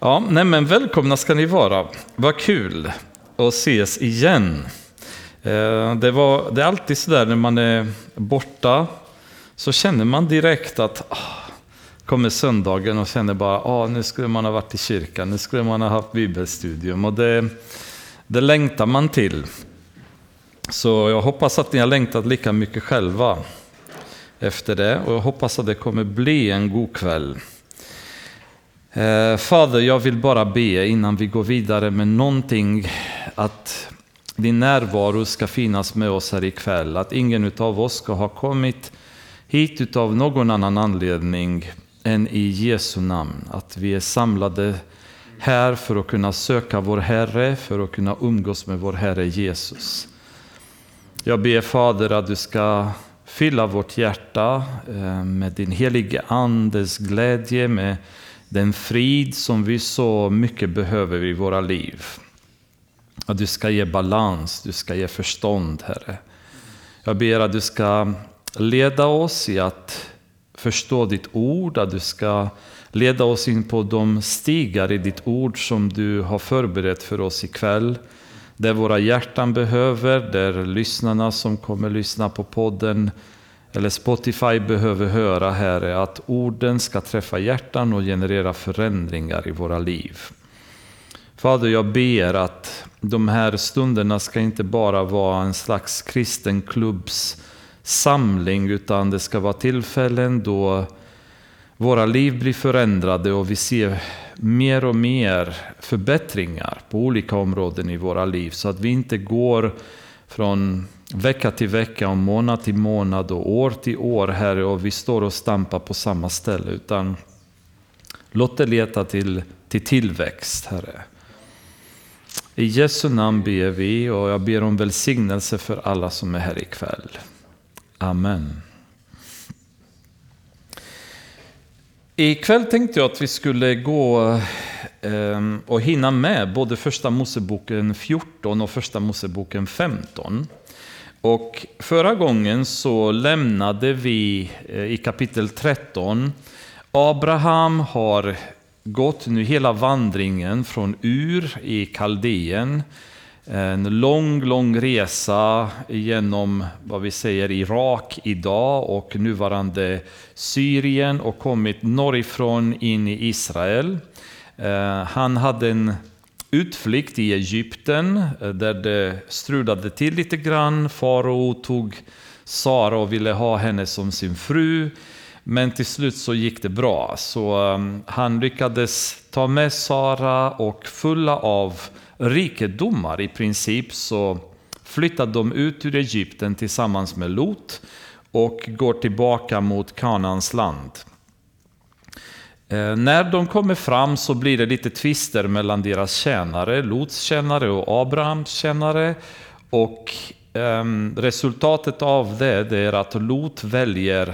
Ja, nej men välkomna ska ni vara. Vad kul att ses igen. Det är alltid så där när man är borta så känner man direkt att kommer söndagen och känner bara nu skulle man ha varit i kyrkan, nu skulle man ha haft bibelstudium och det längtar man till. Så jag hoppas att ni har längtat lika mycket själva efter det och jag hoppas att det kommer bli en god kväll. Fader, jag vill bara be innan vi går vidare med någonting att din närvaro ska finnas med oss här ikväll. Att ingen utav oss ska ha kommit hit utav någon annan anledning än i Jesu namn. Att vi är samlade här för att kunna söka vår Herre, för att kunna umgås med vår Herre Jesus. Jag ber Fader att du ska fylla vårt hjärta med din helige andes glädje, med den frid som vi så mycket behöver i våra liv. Att du ska ge balans, du ska ge förstånd, Herre. Jag ber att du ska leda oss i att förstå ditt ord, att du ska leda oss in på de stigar i ditt ord som du har förberett för oss ikväll. Där våra hjärtan behöver, där lyssnarna som kommer lyssna på podden eller Spotify behöver höra, Herre, att orden ska träffa hjärtan och generera förändringar i våra liv. Fader, jag ber att de här stunderna ska inte bara vara en slags kristen klubbs samling, utan det ska vara tillfällen då våra liv blir förändrade och vi ser mer och mer förbättringar på olika områden i våra liv. Så att vi inte går från vecka till vecka och månad till månad och år till år, Herre, och vi står och stampar på samma ställe, utan låt det leta till tillväxt, Herre. I Jesu namn ber vi och jag ber om välsignelse för alla som är här ikväll. Amen. Ikväll tänkte jag att vi skulle gå och hinna med både första Moseboken 14 och första Moseboken 15. Och förra gången så lämnade vi i kapitel 13. Abraham har gått nu hela vandringen från Ur i Kaldeen. En lång resa genom vad vi säger Irak idag och nuvarande Syrien och kommit norrifrån in i Israel. Han hade en utflykt i Egypten där det strulade till lite grann. Farao tog Sara och ville ha henne som sin fru. Men till slut så gick det bra. Så han lyckades ta med Sara och fulla av rikedomar i princip så flyttade de ut ur Egypten tillsammans med Lot och går tillbaka mot Kanaans land. När de kommer fram så blir det lite tvister mellan deras tjänare, Lots tjänare och Abrahams tjänare. Och resultatet av det är att Lot väljer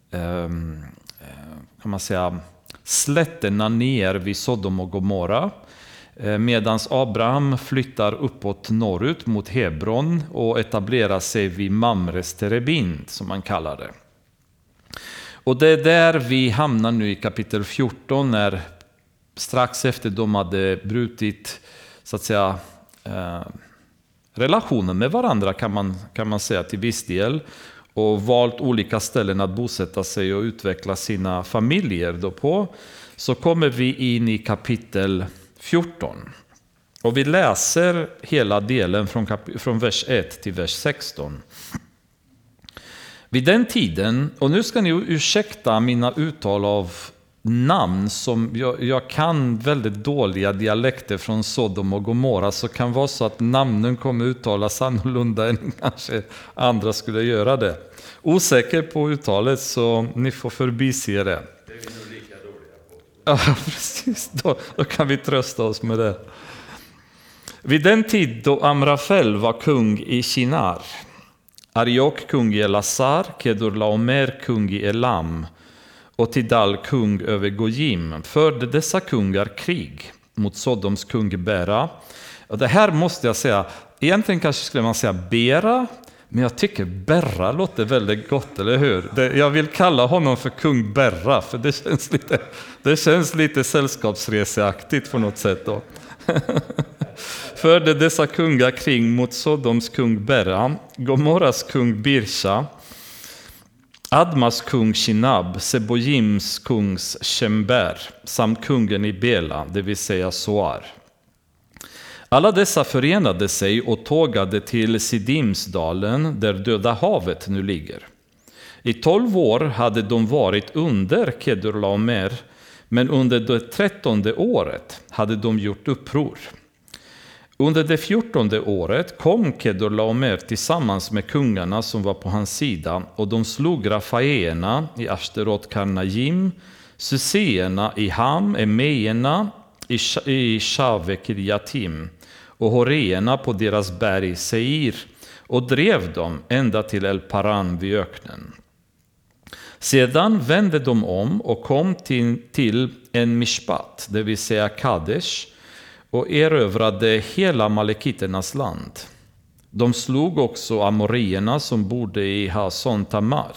kan man säga, slätterna ner vid Sodom och Gomorra. Medan Abraham flyttar uppåt norrut mot Hebron och etablerar sig vid Mamres Terebint som man kallar det. Och det är där vi hamnar nu i kapitel 14 när strax efter de hade brutit så att säga relationen med varandra kan man säga till viss del och valt olika ställen att bosätta sig och utveckla sina familjer då på, så kommer vi in i kapitel 14. Och vi läser hela delen från vers 1 till vers 16. Vid den tiden, och nu ska ni ursäkta mina uttal av namn som jag kan väldigt dåliga dialekter från Sodom och Gomorra, så kan vara så att namnen kommer uttalas annorlunda än kanske andra skulle göra det. Osäker på uttalet så ni får förbise det. Det är vi nog lika dåliga på. Ja, precis. Då kan vi trösta oss med det. Vid den tid då Amrafel var kung i Shinar, Ariok kung i Elasar, Kedorlaomer kung i Elam och Tidal kung över Gojim, förde dessa kungar krig mot Sodoms kung Bera. Och det här måste jag säga, egentligen kanske skulle man säga Bera, Men jag tycker Berra låter väldigt gott, eller hur? Jag vill kalla honom för kung Berra, för det känns lite sällskapsreseaktigt på något sätt då. Förde dessa kungar kring mot Sodoms kung Berra, Gomorras kung Birsha, Admas kung Shinab, Sebojims kungs Shember samt kungen i Bela, det vill säga Soar. Alla dessa förenade sig och tågade till Sidimsdalen där Döda havet nu ligger. I 12 år hade de varit under Kedorlaomer, men under det 13:e året hade de gjort uppror. Under det 14:e året kom Kedorlaomer tillsammans med kungarna som var på hans sida, och de slog Rafaeerna i Ashterot Karnajim, Suseerna i Ham, Emeerna i Shavekirjatim och Horeerna på deras berg Seir och drev dem ända till El Paran vid öknen. Sedan vände de om och kom till en Mishpat, det vill säga Kadesh, och erövrade hela malekiternas land. De slog också amorierna som bodde i Hason Tamar.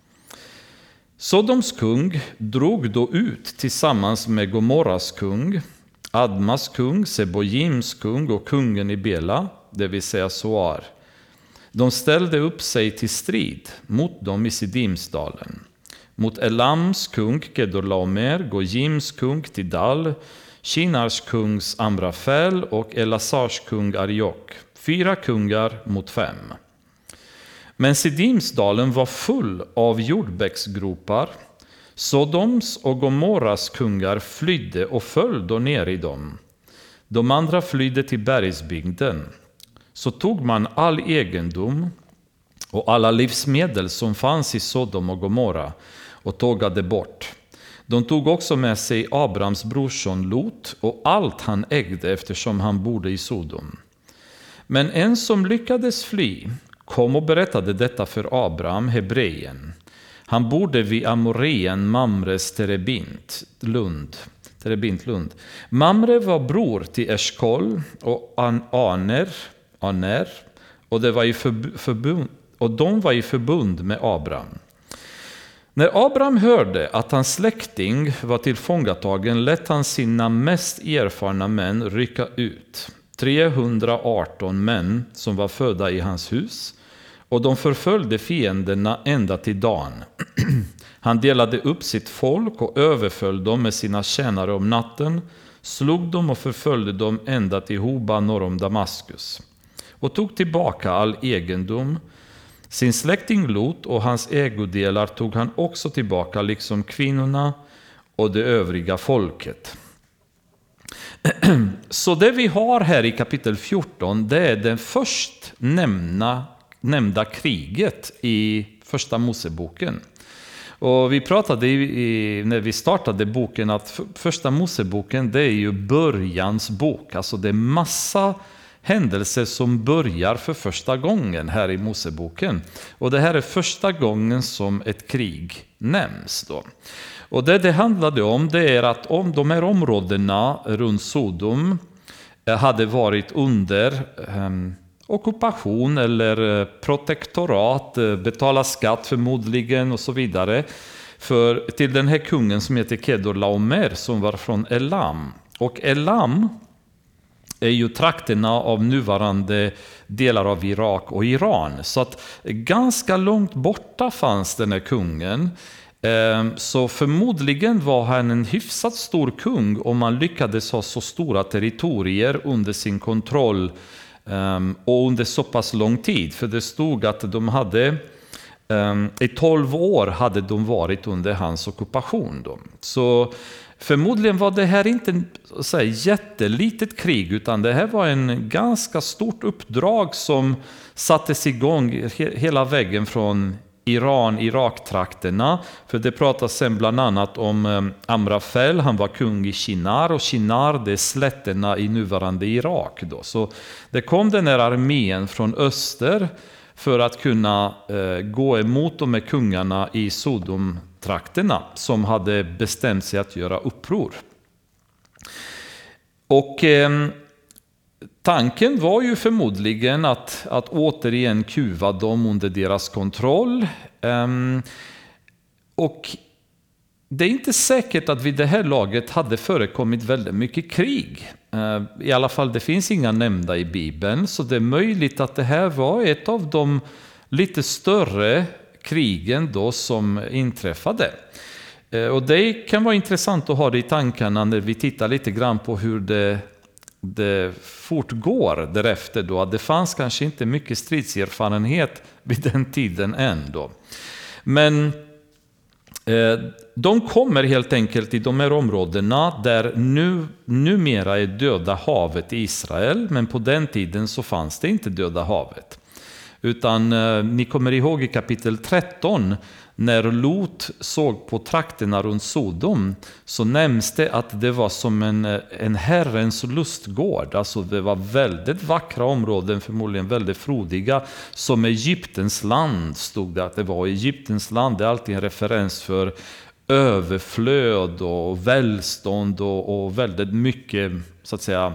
Sodoms kung drog då ut tillsammans med Gomorras kung, Admas kung, Sebojims kung och kungen i Bela, det vill säga Soar. De ställde upp sig till strid mot dem i Sidimsdalen, mot Elams kung Kedorlaomer, Gojims kung Tidal, Shinars kungs Amrafel och Elasars kung Ariok, 4 kungar mot 5. Men Sidimsdalen var full av jordbäcksgropar. Sodoms och Gomorras kungar flydde och föll då ner i dem. De andra flydde till bergsbygden. Så tog man all egendom och alla livsmedel som fanns i Sodom och Gomorra och tågade bort. De tog också med sig Abrams brorson Lot och allt han ägde eftersom han bodde i Sodom. Men en som lyckades fly kom och berättade detta för Abram, hebrejen. Han bodde vid amoreen Mamres Terebint lund. Mamre var bror till Eshkol och Aner och de var i förbund med Abram. När Abram hörde att hans släkting var tillfångatagen lät han sina mest erfarna män rycka ut, 318 män som var födda i hans hus, och de förföljde fienderna ända till Dan. Han delade upp sitt folk och överföll dem med sina tjänare om natten, slog dem och förföljde dem ända till Hoba norr om Damaskus, och tog tillbaka all egendom. Sin släkting Lot och hans ägodelar tog han också tillbaka, liksom kvinnorna och det övriga folket. Så det vi har här i kapitel 14, det är det först nämnda kriget i första Moseboken. Och vi pratade när vi startade boken att första Moseboken, det är ju börjans bok. Alltså det är massa händelser som börjar för första gången här i Moseboken. Och det här är första gången som ett krig nämns då. Och det handlade om, det är att om de här områdena runt Sodom hade varit under ockupation eller protektorat, betala skatt förmodligen och så vidare, till den här kungen som heter Kedorlaomer som var från Elam. Och Elam är ju trakterna av nuvarande delar av Irak och Iran. Så att ganska långt borta fanns den här kungen. Så förmodligen var han en hyfsat stor kung om man lyckades ha så stora territorier under sin kontroll och under så pass lång tid. För det stod att de hade i 12 år hade de varit under hans ockupation då. Så förmodligen var det här inte ett jättelitet krig, utan det här var en ganska stort uppdrag som sattes igång hela vägen från Irak-trakterna. För det pratas sen bland annat om Amrafel, han var kung i Shinar, och Shinar det är slätterna i nuvarande Irak då. Så det kom den här armén från öster för att kunna gå emot de här kungarna i Sodom-trakterna som hade bestämt sig att göra uppror. Och tanken var ju förmodligen att återigen kuva dem under deras kontroll. Och det är inte säkert att vid det här laget hade förekommit väldigt mycket krig. I alla fall, det finns inga nämnda i Bibeln, så det är möjligt att det här var ett av de lite större krigen då som inträffade. Och det kan vara intressant att ha det i tankarna när vi tittar lite grann på hur det fortgår därefter då. Att det fanns kanske inte mycket stridserfarenhet vid den tiden ändå. Men de kommer helt enkelt i de här områdena där numera är Döda havet i Israel, men på den tiden så fanns det inte Döda havet. Utan ni kommer ihåg i kapitel 13 när Lot såg på trakterna runt Sodom, så nämns det att det var som en herrens lustgård. Alltså det var väldigt vackra områden, förmodligen väldigt frodiga, som Egyptens land stod det att det var. Egyptens land är alltid en referens för överflöd och välstånd och väldigt mycket, så att säga,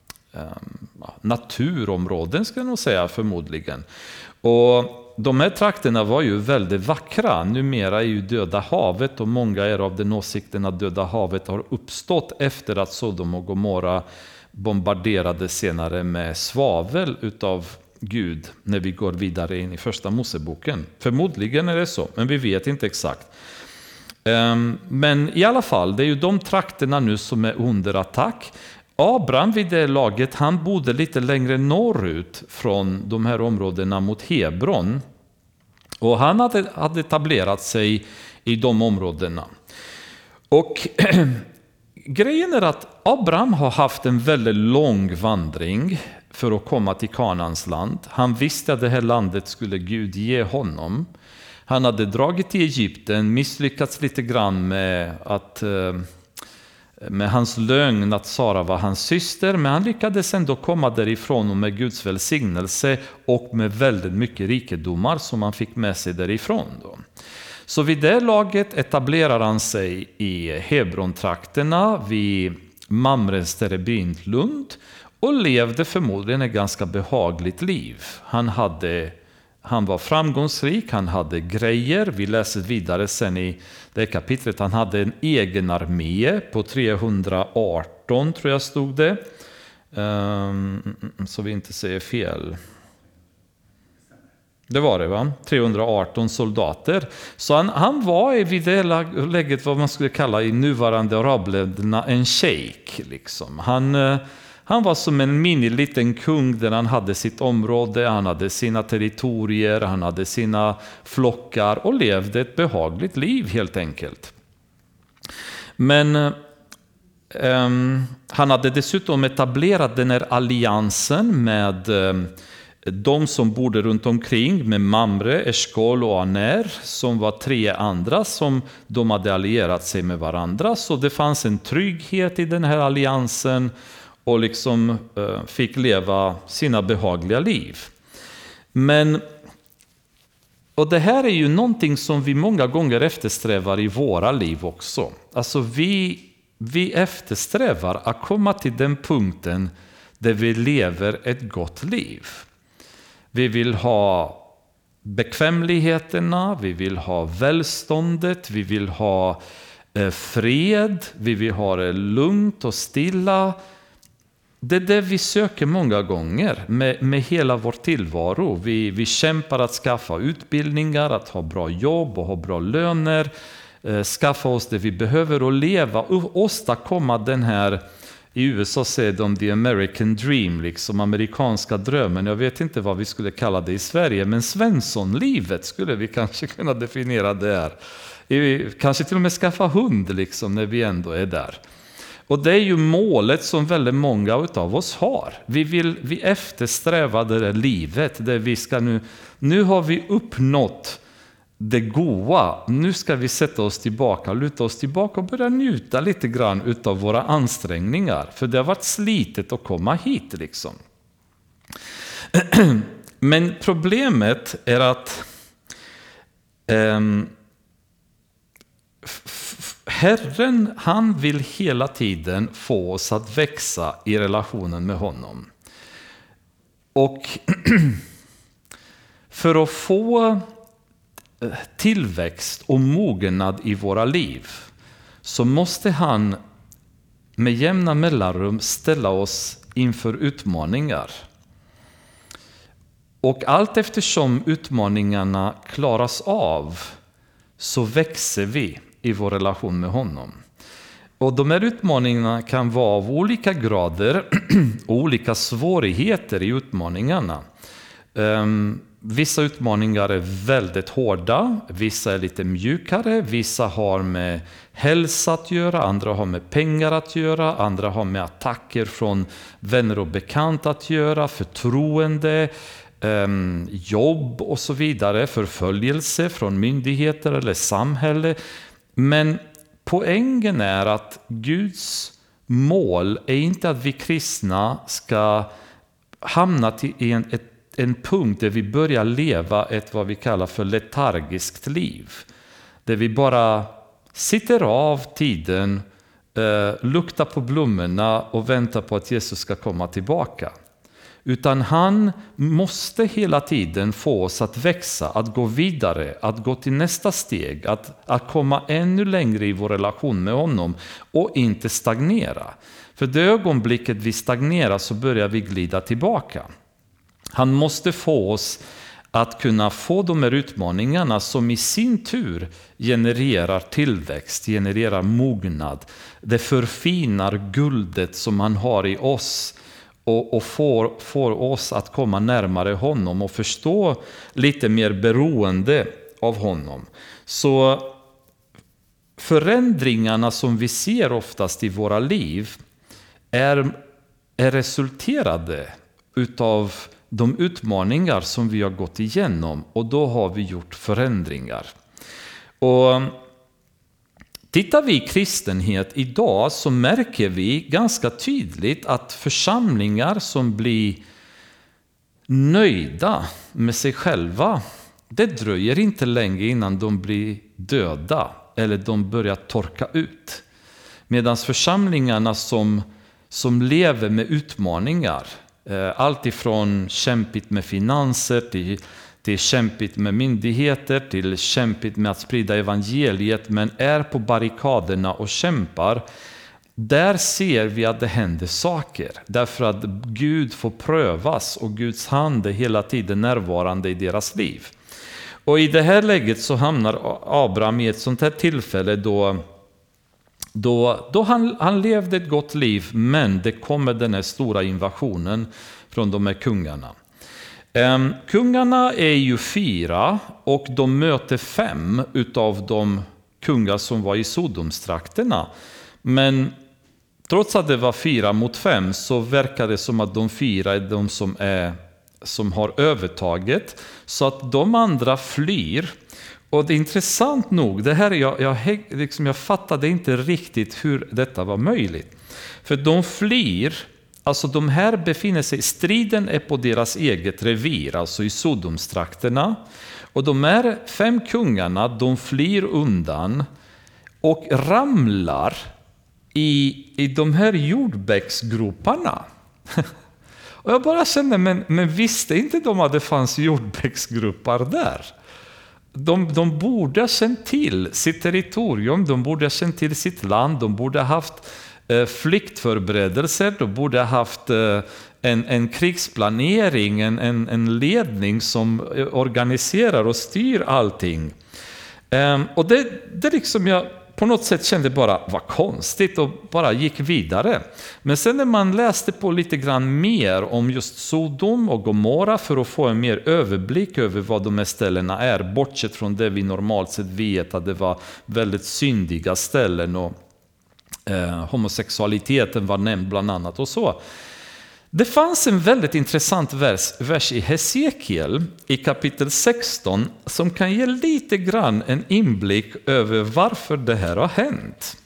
naturområden ska jag nog säga förmodligen. Och de här trakterna var ju väldigt vackra. Numera är ju Döda havet, och många är av den åsikten att Döda havet har uppstått efter att Sodom och Gomorra bombarderades senare med svavel utav Gud när vi går vidare in i första Moseboken. Förmodligen är det så, men vi vet inte exakt. Men i alla fall, det är ju de trakterna nu som är under attack. Abraham vid det laget, han bodde lite längre norrut från de här områdena mot Hebron. Och han hade etablerat sig i de områdena. Och grejen är att Abraham har haft en väldigt lång vandring för att komma till Kanaans land. Han visste att det här landet skulle Gud ge honom. Han hade dragit till Egypten, misslyckats lite grann med hans lögn att Sara var hans syster, men han lyckades ändå komma därifrån och med Guds välsignelse och med väldigt mycket rikedomar som han fick med sig därifrån då. Så vid det laget etablerar han sig i Hebron-trakterna vid Mamres terebintlund och levde förmodligen ett ganska behagligt liv. Han var framgångsrik, han hade grejer. Vi läser vidare sen i det kapitlet. Han hade en egen armé på 318 tror jag stod det. Så vi inte säger fel. Det var det, va? 318 soldater. Så han var vid det läget vad man skulle kalla i nuvarande arabländerna en sheik. Liksom. Han var som en liten kung där han hade sitt område, han hade sina territorier, han hade sina flockar och levde ett behagligt liv helt enkelt. Men han hade dessutom etablerat den här alliansen med de som bodde runt omkring, med Mamre, Eshkol och Aner, som var 3 andra som de hade allierat sig med varandra. Så det fanns en trygghet i den här alliansen och liksom fick leva sina behagliga liv. Och det här är ju någonting som vi många gånger eftersträvar i våra liv också. Alltså vi eftersträvar att komma till den punkten där vi lever ett gott liv. Vi vill ha bekvämligheterna, vi vill ha välståndet, vi vill ha fred, vi vill ha det lugnt och stilla. Det är det vi söker många gånger med hela vår tillvaro. Vi kämpar att skaffa utbildningar, att ha bra jobb och ha bra löner. Skaffa oss det vi behöver och leva och åstadkomma den här, i USA säger de the American dream, liksom amerikanska drömmen. Jag vet inte vad vi skulle kalla det i Sverige, men Svenssonlivet skulle vi kanske kunna definiera det här. Kanske till och med skaffa hund liksom när vi ändå är där. Och det är ju målet som väldigt många av oss har. Vi eftersträvar det där livet där vi ska nu har vi uppnått det goda. Nu ska vi sätta oss tillbaka, luta oss tillbaka och börja njuta lite grann utav våra ansträngningar. För det har varit slitet att komma hit liksom. Men problemet är att Herren, han vill hela tiden få oss att växa i relationen med honom. Och för att få tillväxt och mognad i våra liv så måste han med jämna mellanrum ställa oss inför utmaningar. Och allt eftersom utmaningarna klaras av så växer vi i vår relation med honom. Och de här utmaningarna kan vara av olika grader och olika svårigheter i utmaningarna. Vissa utmaningar är väldigt hårda, vissa är lite mjukare, vissa har med hälsa att göra, andra har med pengar att göra, andra har med attacker från vänner och bekanta att göra, förtroende, jobb och så vidare, förföljelse från myndigheter eller samhälle. Men poängen är att Guds mål är inte att vi kristna ska hamna i en punkt där vi börjar leva ett vad vi kallar för letargiskt liv. Där vi bara sitter av tiden, luktar på blommorna och väntar på att Jesus ska komma tillbaka. Utan han måste hela tiden få oss att växa, att gå vidare, att gå till nästa steg, att komma ännu längre i vår relation med honom och inte stagnera. För det ögonblicket vi stagnerar så börjar vi glida tillbaka. Han måste få oss att kunna få de här utmaningarna som i sin tur genererar tillväxt, genererar mognad. Det förfinar guldet som han har i oss och får oss att komma närmare honom och förstå lite mer beroende av honom. Så förändringarna som vi ser oftast i våra liv är resulterade utav de utmaningar som vi har gått igenom, och då har vi gjort förändringar. Och tittar vi i kristenhet idag så märker vi ganska tydligt att församlingar som blir nöjda med sig själva, det dröjer inte länge innan de blir döda eller de börjar torka ut. Medan församlingarna som lever med utmaningar, allt ifrån kämpigt med finanser till kämpigt med myndigheter, till kämpigt med att sprida evangeliet, men är på barrikaderna och kämpar, där ser vi att det händer saker. Därför att Gud får prövas och Guds hand är hela tiden närvarande i deras liv. Och i det här läget så hamnar Abraham i ett sånt här tillfälle då han levde ett gott liv, men det kommer den här stora invasionen från de här kungarna. Kungarna är ju 4 och de möter 5 utav de kungar som var i Sodomstrakterna. Men trots att det var 4 mot 5 så verkar det som att de 4 är de som har övertaget, så att de andra flyr. Och det är intressant nog, det här jag fattade inte riktigt hur detta var möjligt. För de flyr, alltså de här befinner sig, striden är på deras eget revir, alltså i Sodomstrakterna. Och de här 5 kungarna, de flyr undan och ramlar i de här jordbäcksgroparna. Och jag bara kände, men visste inte de att det fanns jordbäcksgropar där? De borde ha känt till sitt territorium, de borde ha känt till sitt land, de borde ha haft flyktförberedelser, de borde ha haft en krigsplanering, en ledning som organiserar och styr allting. Och det liksom jag på något sätt kände bara var konstigt och bara gick vidare. Men sen när man läste på lite grann mer om just Sodom och Gomorra för att få en mer överblick över vad de här ställena är, bortsett från det vi normalt sett vet att det var väldigt syndiga ställen och homosexualiteten var nämnd bland annat och så. Det fanns en väldigt intressant vers i Hesekiel i kapitel 16 som kan ge lite grann en inblick över varför det här har hänt.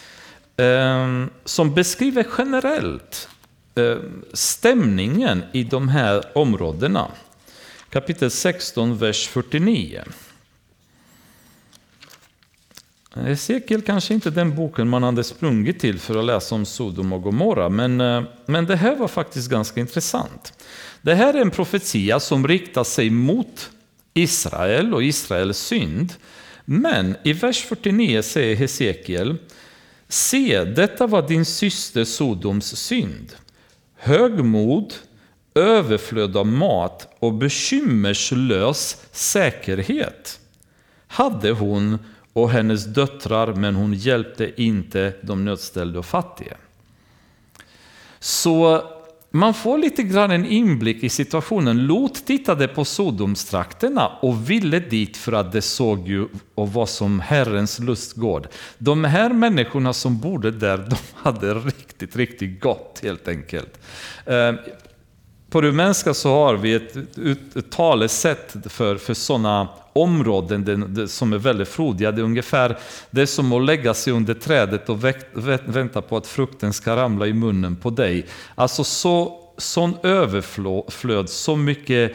Som beskriver generellt stämningen i de här områdena. Kapitel 16, vers 49. Hesekiel kanske inte den boken man hade sprungit till för att läsa om Sodom och Gomorra, men det här var faktiskt ganska intressant. Det här är en profetia som riktar sig mot Israel och Israels synd. Men i vers 49 säger Hesekiel: se, detta var din syster Sodoms synd. Högmod, överflöd av mat och bekymmerslös säkerhet hade hon och hennes döttrar, men hon hjälpte inte de nödställda och fattiga. Så man får lite grann en inblick i situationen. Lot tittade på Sodomstrakterna och ville dit för att det såg ju och var som Herrens lustgård. De här människorna som bodde där, de hade riktigt, riktigt gott helt enkelt. På rumänska så har vi ett talesätt för sådana områden som är väldigt frodiga. Det är ungefär det som att lägga sig under trädet och vänta på att frukten ska ramla i munnen på dig. Alltså sån överflöd, så mycket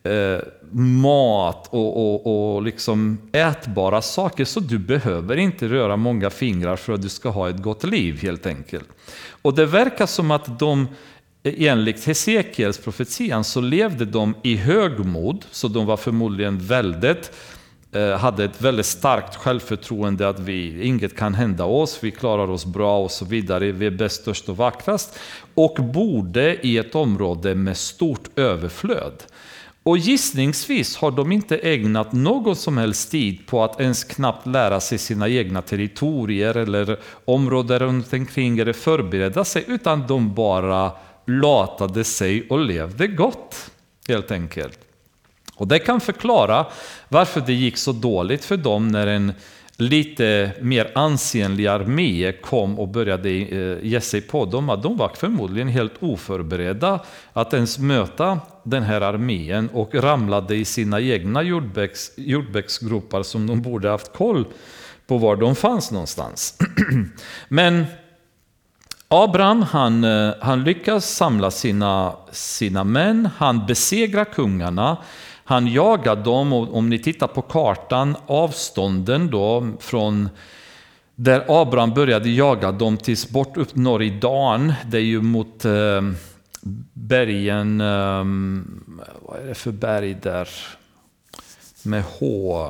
mat och liksom ätbara saker, så du behöver inte röra många fingrar för att du ska ha ett gott liv helt enkelt. Och det verkar som att enligt Hesekiels profetian så levde de i högmod, så de var förmodligen hade ett väldigt starkt självförtroende att inget kan hända oss, vi klarar oss bra och så vidare, vi är bäst, störst och vackrast, och bodde i ett område med stort överflöd. Och gissningsvis har de inte ägnat någon som helst tid på att ens knappt lära sig sina egna territorier eller områden runt omkring eller förbereda sig, utan de bara latade sig och levde gott helt enkelt. Och det kan förklara varför det gick så dåligt för dem när en lite mer ansenlig armé kom och började ge sig på dem. De var förmodligen helt oförberedda att ens möta den här armén och ramlade i sina egna jordbäcksgropar som de borde haft koll på var de fanns någonstans. Men Abraham han lyckas samla sina män, han besegrar kungarna, han jagar dem, och om ni tittar på kartan, avstånden då från där Abraham började jaga dem tills bort upp norr i Dan, det är ju mot bergen, vad är det för berg där med H?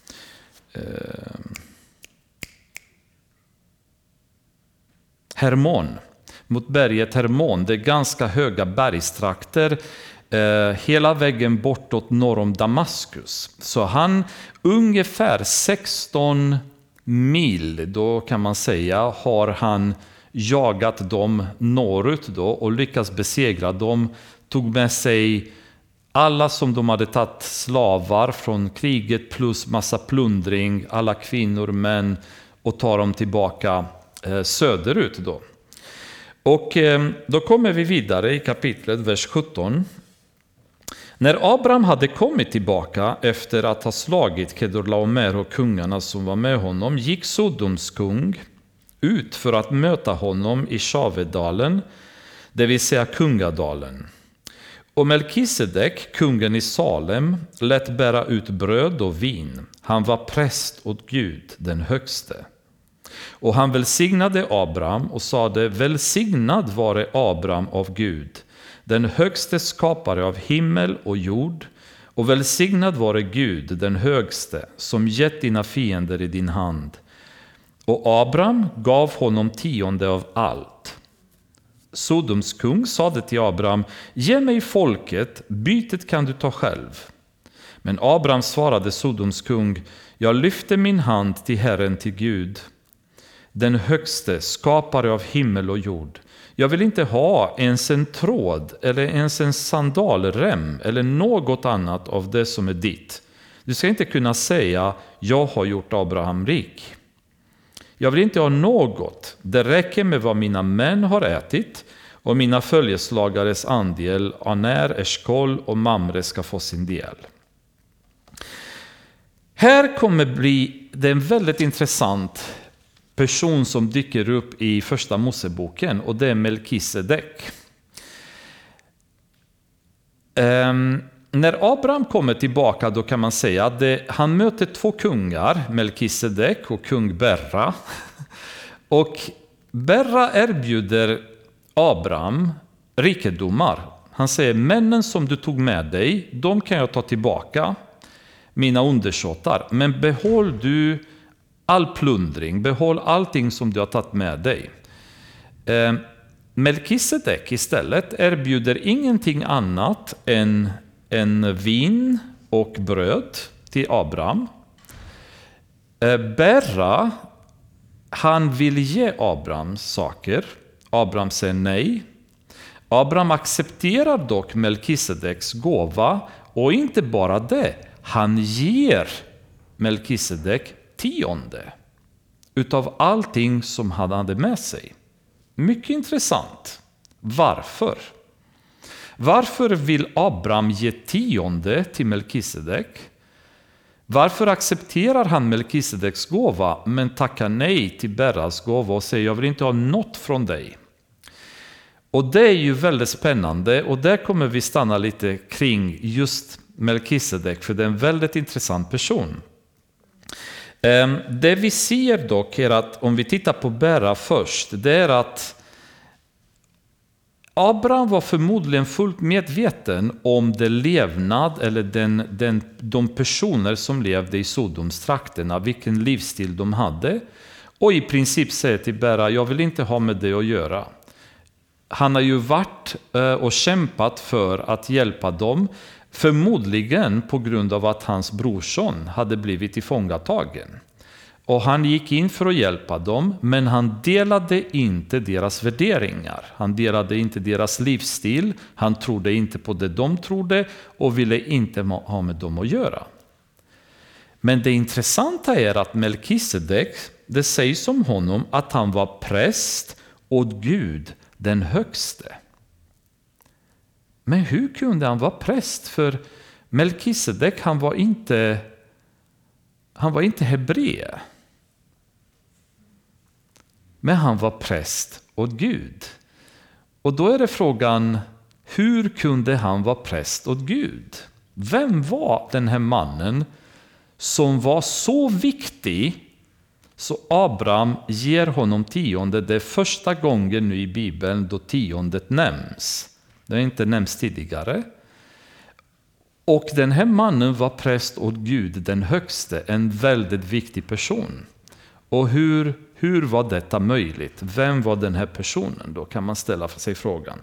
Hermon, mot berget Hermon. Det är ganska höga bergstrakter hela vägen bortåt norr om Damaskus. Så han ungefär 16 mil, då kan man säga, har han jagat dem norrut då och lyckats besegra dem. Tog med sig alla som de hade tagit slavar från kriget plus massa plundring, alla kvinnor, män, och tar dem tillbaka söderut då. Och då kommer vi vidare i kapitlet, vers 17. När Abraham hade kommit tillbaka efter att ha slagit Kedorlaomer och kungarna som var med honom, gick Sodoms kung ut för att möta honom i Shavedalen, det vill säga Kungadalen. Och Melkisedek, kungen i Salem, lät bära ut bröd och vin. Han var präst åt Gud, den högste. Och han välsignade Abraham och sade: välsignad vare Abraham av Gud, den högste skapare av himmel och jord, och välsignad vare Gud, den högste, som gett dina fiender i din hand. Och Abraham gav honom 10% av allt. Sodoms kung sade till Abraham: ge mig folket, bytet kan du ta själv. Men Abraham svarade Sodoms kung: jag lyfter min hand till Herren, till Gud, den högste, skapare av himmel och jord. Jag vill inte ha ens en tråd eller ens en sandalrem eller något annat av det som är ditt. Du ska inte kunna säga: jag har gjort Abraham rik. Jag vill inte ha något. Det räcker med vad mina män har ätit, och mina följeslagares andel, Aner, Eshkol och Mamre, ska få sin del. Här kommer det en väldigt intressant person som dyker upp i första Moseboken, och det är Melkisedek. när Abraham kommer tillbaka, då kan man säga att han möter två kungar, Melkisedek och kung Berra. Och Berra erbjuder Abraham rikedomar. Han säger, männen som du tog med dig, de kan jag ta tillbaka, mina undersåtar. Men behåll du all plundring, behåll allting som du har tagit med dig. Melkisedek istället erbjuder ingenting annat än vin och bröd till Abraham. Berra, han vill ge Abraham saker. Abraham säger nej. Abraham accepterar dock Melkisedeks gåva, och inte bara det, han ger Melkisedek 10% utav allting som han hade med sig. Mycket intressant. Varför? Varför vill Abraham ge 10% till Melkisedek? Varför accepterar han Melkisedeks gåva men tackar nej till Berras gåva och säger, jag vill inte ha något från dig? Och det är ju väldigt spännande, och där kommer vi stanna lite kring just Melkisedek, för det är en väldigt intressant person. Det vi ser dock är att, om vi tittar på Berra först, det är att Abraham var förmodligen fullt medveten om det levnad eller de personer som levde i Sodomstrakterna, vilken livsstil de hade, och i princip säger till Berra, jag vill inte ha med det att göra. Han har ju varit och kämpat för att hjälpa dem, förmodligen på grund av att hans brorson hade blivit tillfångatagen. Och han gick in för att hjälpa dem, men han delade inte deras värderingar. Han delade inte deras livsstil, han trodde inte på det de trodde och ville inte ha med dem att göra. Men det intressanta är att Melkisedek, det sägs om honom att han var präst åt Gud den högste. Men hur kunde han vara präst? För Melkisedek, han var inte hebré. Men han var präst åt Gud. Och då är det frågan, hur kunde han vara präst åt Gud? Vem var den här mannen som var så viktig så Abraham ger honom 10%? Det är första gången nu i Bibeln då 10% nämns. Det har inte nämnts tidigare. Och den här mannen var präst åt Gud den högste, en väldigt viktig person. Och hur var detta möjligt? Vem var den här personen? Då kan man ställa för sig frågan.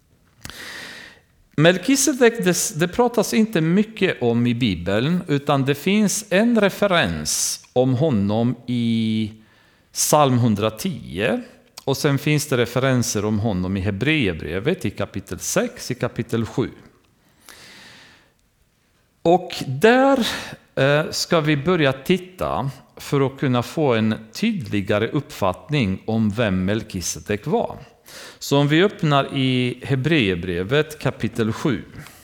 Melkisedek, det pratas inte mycket om i Bibeln, utan det finns en referens om honom i Psalm 110. Och sen finns det referenser om honom i Hebreerbrevet i kapitel 6, i kapitel 7. Och där ska vi börja titta för att kunna få en tydligare uppfattning om vem Melkisedek var. Så om vi öppnar i Hebreerbrevet kapitel 7.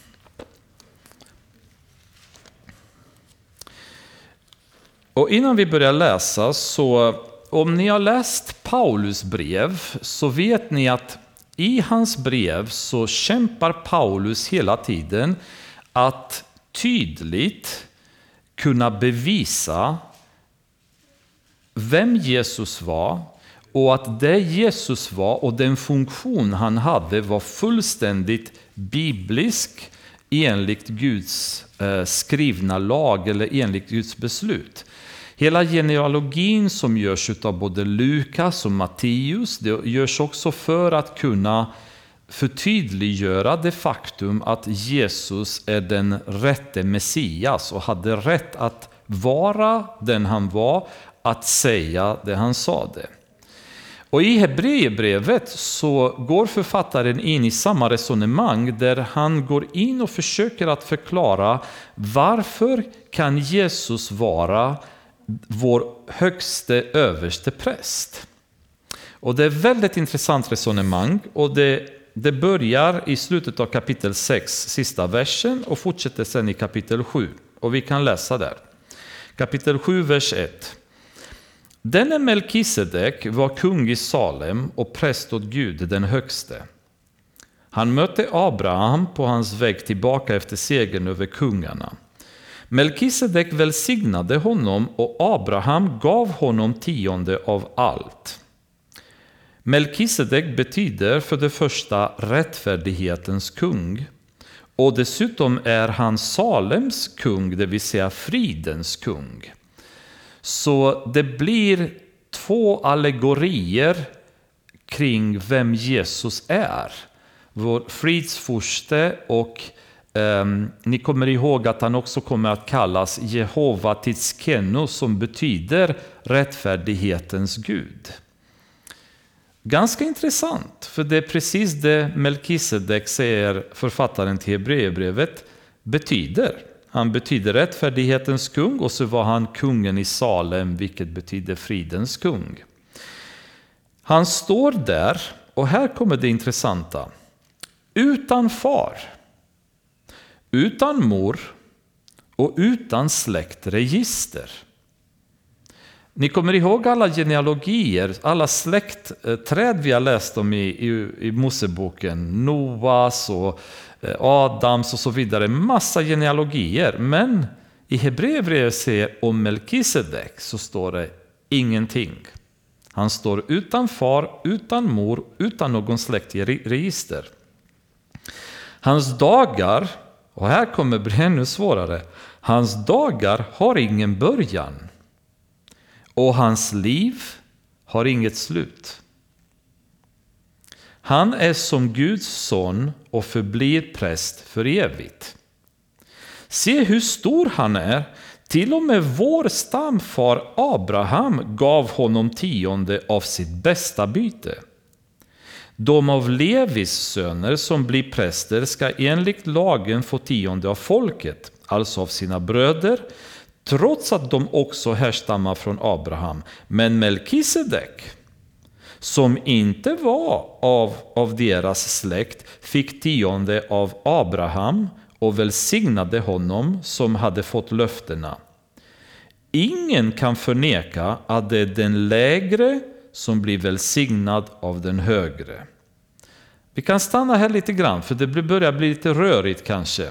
Och innan vi börjar läsa, så om ni har läst Paulus brev så vet ni att i hans brev så kämpar Paulus hela tiden att tydligt kunna bevisa vem Jesus var, och att det Jesus var och den funktion han hade var fullständigt biblisk enligt Guds skrivna lag eller enligt Guds beslut. Hela genealogin som görs av både Lukas och Matteus, det görs också för att kunna förtydliggöra det faktum att Jesus är den rätte Messias och hade rätt att vara den han var, att säga det han sade. Och i Hebreerbrevet så går författaren in i samma resonemang där han går in och försöker att förklara varför kan Jesus vara vår högste överste präst. Och det är ett väldigt intressant resonemang, och det börjar i slutet av kapitel 6, sista versen, och fortsätter sen i kapitel 7. Och vi kan läsa där. Kapitel 7, vers 1. Denne Melkisedek var kung i Salem och präst åt Gud den högste. Han mötte Abraham på hans väg tillbaka efter segern över kungarna. Melkisedek välsignade honom och Abraham gav honom 10% av allt. Melkisedek betyder för det första rättfärdighetens kung. Och dessutom är han Salems kung, det vill säga fridens kung. Så det blir 2 allegorier kring vem Jesus är. Vår fridsfurste och ni kommer ihåg att han också kommer att kallas Jehova Tidskenu, som betyder rättfärdighetens Gud. Ganska intressant, för det är precis det Melkisedek säger, författaren till Hebreerbrevet, betyder. Han betyder rättfärdighetens kung, och så var han kungen i Salem, vilket betyder fridens kung. Han står där, och här kommer det intressanta. Utan far, utan mor och utan släktregister. Ni kommer ihåg alla genealogier, alla släktträd vi har läst om i Moseboken. Noas och Adams och så vidare. Massa genealogier. Men i Hebreerbrevet säger om Melkisedek så står det ingenting. Han står utan far, utan mor, utan någon släktregister. Hans dagar, och här kommer det ännu svårare. Hans dagar har ingen början. Och hans liv har inget slut. Han är som Guds son och förblir präst för evigt. Se hur stor han är. Till och med vår stamfar Abraham gav honom 10% av sitt bästa byte. De av Levis söner som blir präster ska enligt lagen få 10% av folket, alltså av sina bröder, trots att de också härstammar från Abraham. Men Melkisedek, som inte var av deras släkt, fick 10% av Abraham och välsignade honom som hade fått löftena. Ingen kan förneka att det är den lägre som blir välsignad av den högre. Vi kan stanna här lite grann, för det börjar bli lite rörigt kanske.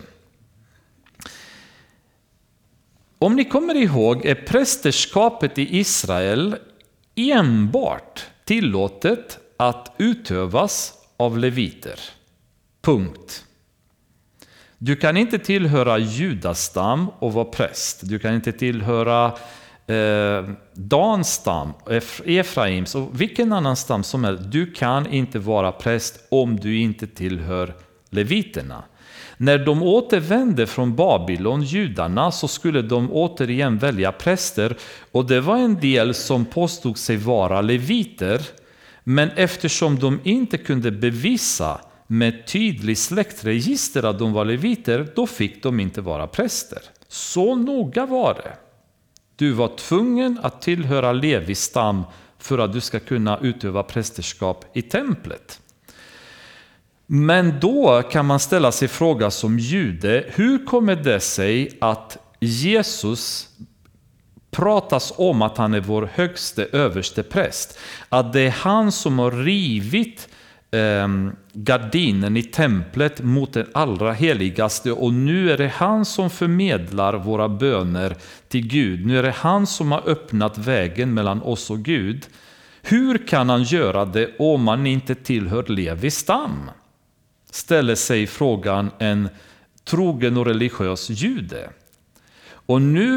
Om ni kommer ihåg är prästerskapet i Israel enbart tillåtet att utövas av leviter. Punkt. Du kan inte tillhöra judastam och vara präst. Du kan inte tillhöra Danstam, Efraims och vilken annan stam som helst. Du kan inte vara präst om du inte tillhör leviterna. När de återvände från Babylon, judarna, så skulle de återigen välja präster. Och det var en del som påstod sig vara leviter. Men eftersom de inte kunde bevisa med tydlig släktregister att de var leviter, då fick de inte vara präster. Så noga var det. Du var tvungen att tillhöra Levis stam för att du ska kunna utöva prästerskap i templet. Men då kan man ställa sig fråga som jude, hur kommer det sig att Jesus pratas om att han är vår högste överste präst? Att det är han som har rivit gardinen i templet mot den allra heligaste, och nu är det han som förmedlar våra böner till Gud. Nu är det han som har öppnat vägen mellan oss och Gud. Hur kan han göra det om man inte tillhör Levis stam? Ställer sig frågan en trogen och religiös jude. Och nu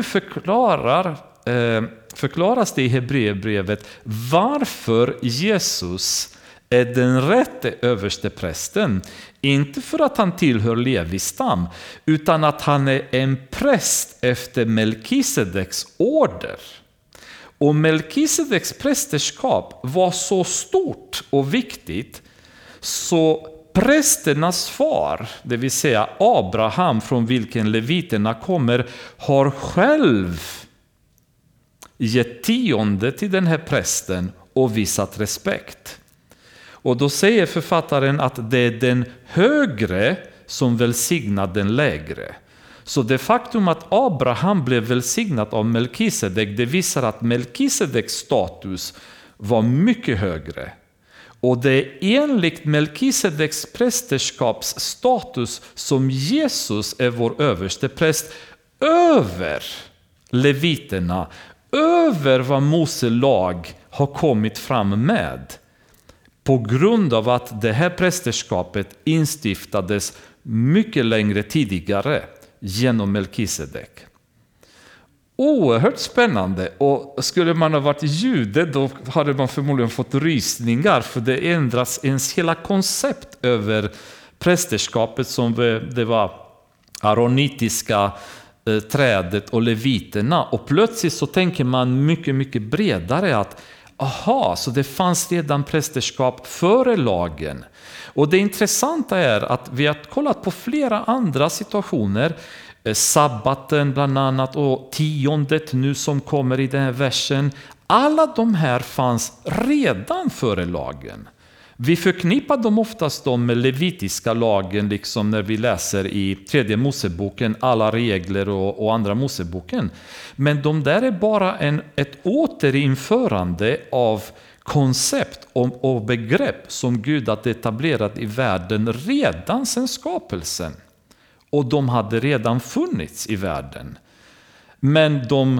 förklaras det i Hebreerbrevet varför Jesus är den rätte överste prästen. Inte för att han tillhör Levis stam, utan att han är en präst efter Melkisedeks order. Och Melkisedeks prästerskap var så stort och viktigt så prästernas far, det vill säga Abraham från vilken leviterna kommer, har själv gett 10% till den här prästen och visat respekt. Och då säger författaren att det är den högre som välsignar den lägre. Så det faktum att Abraham blev välsignad av Melkisedek, det visar att Melkisedeks status var mycket högre. Och det är enligt Melkisedeks prästerskaps status som Jesus är vår överste präst över leviterna, över vad Mose lag har kommit fram med. På grund av att det här prästerskapet instiftades mycket längre tidigare genom Melkisedek. Oerhört spännande, och skulle man ha varit jude då hade man förmodligen fått rysningar, för det ändras ens hela koncept över prästerskapet som det var aronitiska trädet och leviterna, och plötsligt så tänker man mycket, mycket bredare att så det fanns redan prästerskap före lagen. Och det intressanta är att vi har kollat på flera andra situationer, sabbaten bland annat och tiondet nu som kommer i den här versen. Alla de här fanns redan före lagen. Vi förknippar dem oftast med levitiska lagen, liksom när vi läser i tredje Moseboken alla regler och andra Moseboken. Men de där är bara ett återinförande av koncept och begrepp som Gud hade etablerat i världen redan sedan skapelsen. Och de hade redan funnits i världen. Men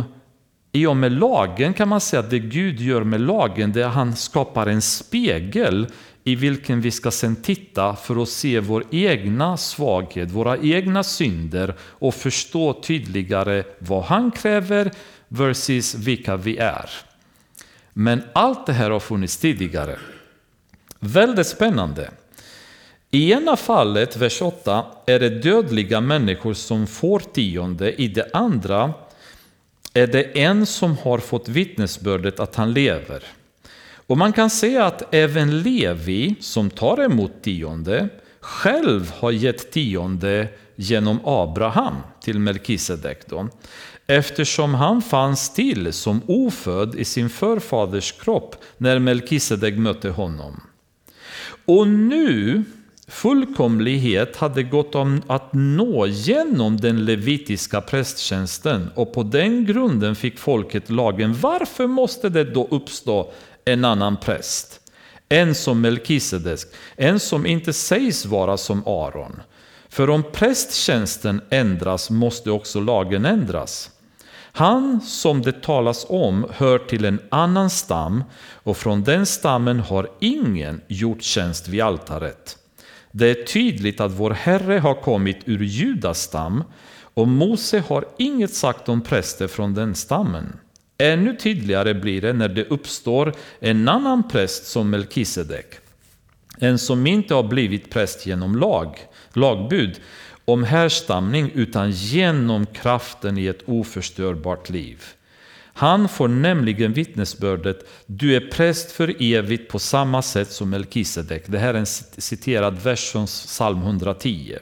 i och med lagen kan man säga att det Gud gör med lagen, det är att han skapar en spegel i vilken vi ska sedan titta för att se vår egna svaghet, våra egna synder och förstå tydligare vad han kräver versus vilka vi är. Men allt det här har funnits tidigare. Väldigt spännande. I ena fallet, vers 8, är det dödliga människor som får tionde. I det andra är det en som har fått vittnesbördet att han lever. Och man kan säga att även Levi, som tar emot tionde, själv har gett tionde genom Abraham till Melkisedek då. Eftersom han fanns till som ofödd i sin förfaders kropp när Melkisedek mötte honom. Och nu fullkomlighet hade gått om att nå genom den levitiska prästtjänsten, och på den grunden fick folket lagen. Varför måste det då uppstå en annan präst? En som Melkisedek, en som inte sägs vara som Aron. För om prästtjänsten ändras måste också lagen ändras. Han som det talas om hör till en annan stam, och från den stammen har ingen gjort tjänst vid altaret. Det är tydligt att vår Herre har kommit ur Judas stam, och Mose har inget sagt om präster från den stammen. Ännu tydligare blir det när det uppstår en annan präst som Melkisedek. En som inte har blivit präst genom lagbud om härstamning, utan genom kraften i ett oförstörbart liv. Han får nämligen vittnesbördet: du är präst för evigt på samma sätt som Melkisedek. Det här är en citerad vers från psalm 110.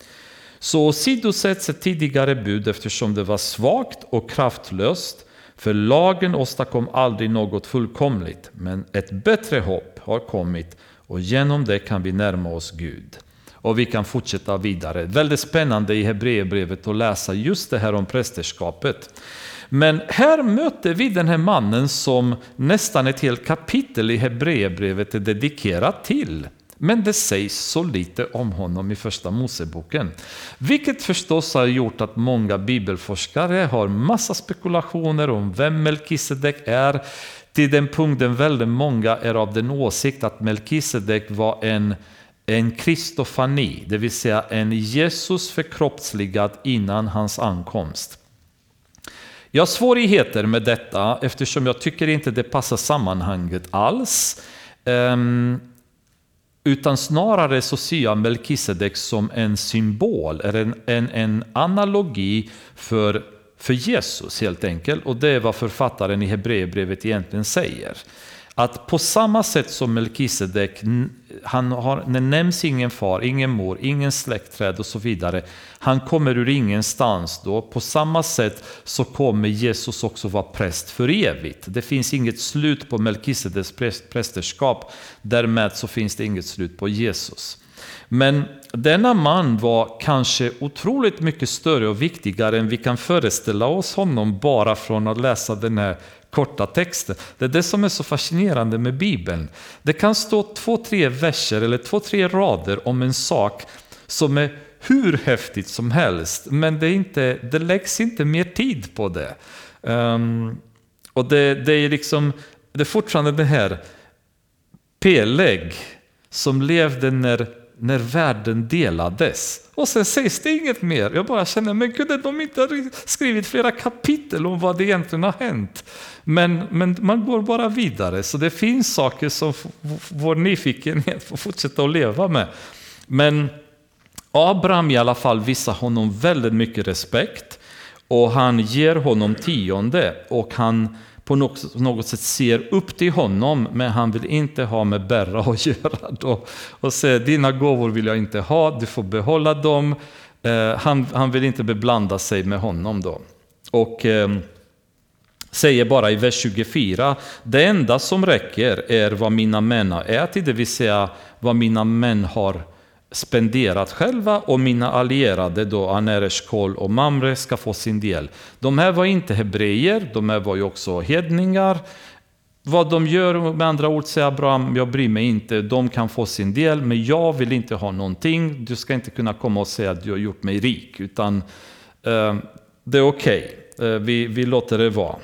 Så sidosätts ett tidigare bud eftersom det var svagt och kraftlöst, för lagen åstadkom aldrig något fullkomligt, men ett bättre hopp har kommit, och genom det kan vi närma oss Gud. Och vi kan fortsätta vidare. Väldigt spännande i Hebreerbrevet att läsa just det här om prästerskapet. Men här möter vi den här mannen som nästan ett helt kapitel i Hebreerbrevet är dedikerat till. Men det sägs så lite om honom i första Moseboken. Vilket förstås har gjort att många bibelforskare har massa spekulationer om vem Melkisedek är. Till den punkten väldigt många är av den åsikt att Melkisedek var en kristofani, det vill säga en Jesus förkroppsligad innan hans ankomst. Jag har svårigheter med detta eftersom jag tycker inte det passar sammanhanget alls. Utan snarare så ser jag Melkisedek som en symbol, en analogi för Jesus helt enkelt. Och det är vad författaren i Hebreerbrevet egentligen säger. Att på samma sätt som Melkisedek, det nämns ingen far, ingen mor, ingen släktträd och så vidare. Han kommer ur ingenstans då. På samma sätt så kommer Jesus också vara präst för evigt. Det finns inget slut på Melkisedeks prästerskap. Därmed så finns det inget slut på Jesus. Men denna man var kanske otroligt mycket större och viktigare än vi kan föreställa oss honom bara från att läsa den här korta texter. Det är det som är så fascinerande med Bibeln. Det kan stå 2-3 verser eller 2-3 rader om en sak som är hur häftigt som helst, men det läggs inte mer tid på det. Och det är liksom, det är fortfarande det här Peleg som levde när världen delades. Och sen sägs det inget mer. Jag bara känner, men gud, de inte har skrivit flera kapitel om vad det egentligen har hänt. Men man går bara vidare. Så det finns saker som vår nyfikenhet får fortsätta att leva med. Men Abraham i alla fall visar honom väldigt mycket respekt. Och han ger honom 10:e. Och han på något sätt ser upp till honom, men han vill inte ha med Berra att göra då. Och säger, dina gåvor vill jag inte ha, du får behålla dem. Han vill inte beblanda sig med honom då. Och säger bara i vers 24, det enda som räcker är vad mina män har ätit, det vill säga vad mina män har spenderat själva, och mina allierade då Aner-Eshkol och Mamre ska få sin del. De här var inte hebreer, de här var ju också hedningar. Vad de gör, med andra ord, säger Abraham, jag bryr mig inte, de kan få sin del, men jag vill inte ha någonting. Du ska inte kunna komma och säga att du har gjort mig rik, utan det är okej. Vi låter det vara.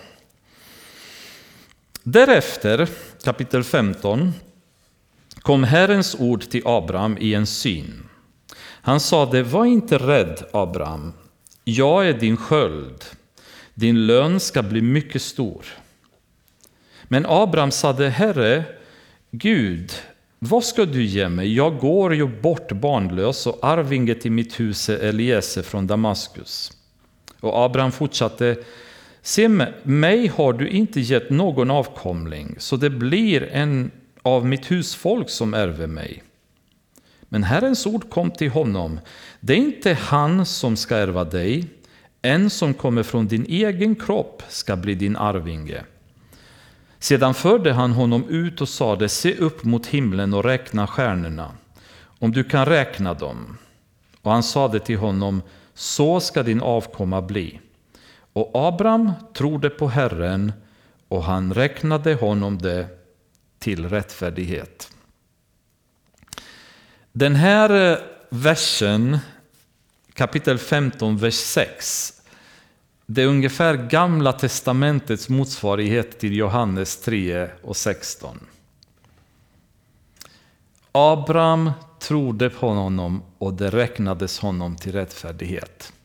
Därefter, kapitel 15, kom Herrens ord till Abraham i en syn. Han sade, var inte rädd, Abraham. Jag är din sköld. Din lön ska bli mycket stor. Men Abraham sade, Herre, Gud, vad ska du ge mig? Jag går ju bort barnlös, och arvinge till mitt hus är Eliezer från Damaskus. Och Abraham fortsatte, se, mig har du inte gett någon avkomling, så det blir en av mitt husfolk som ärver mig. Men Herrens ord kom till honom, det är inte han som ska ärva dig, en som kommer från din egen kropp ska bli din arvinge. Sedan förde han honom ut och sade, se upp mot himlen och räkna stjärnorna, om du kan räkna dem. Och han sade till honom, så ska din avkomma bli. Och Abraham trodde på Herren, och han räknade honom det till rättfärdighet. Den här versen, kapitel 15, vers 6, det är ungefär Gamla testamentets motsvarighet till Johannes 3 och 16. Abraham trodde på honom, och det räknades honom till rättfärdighet.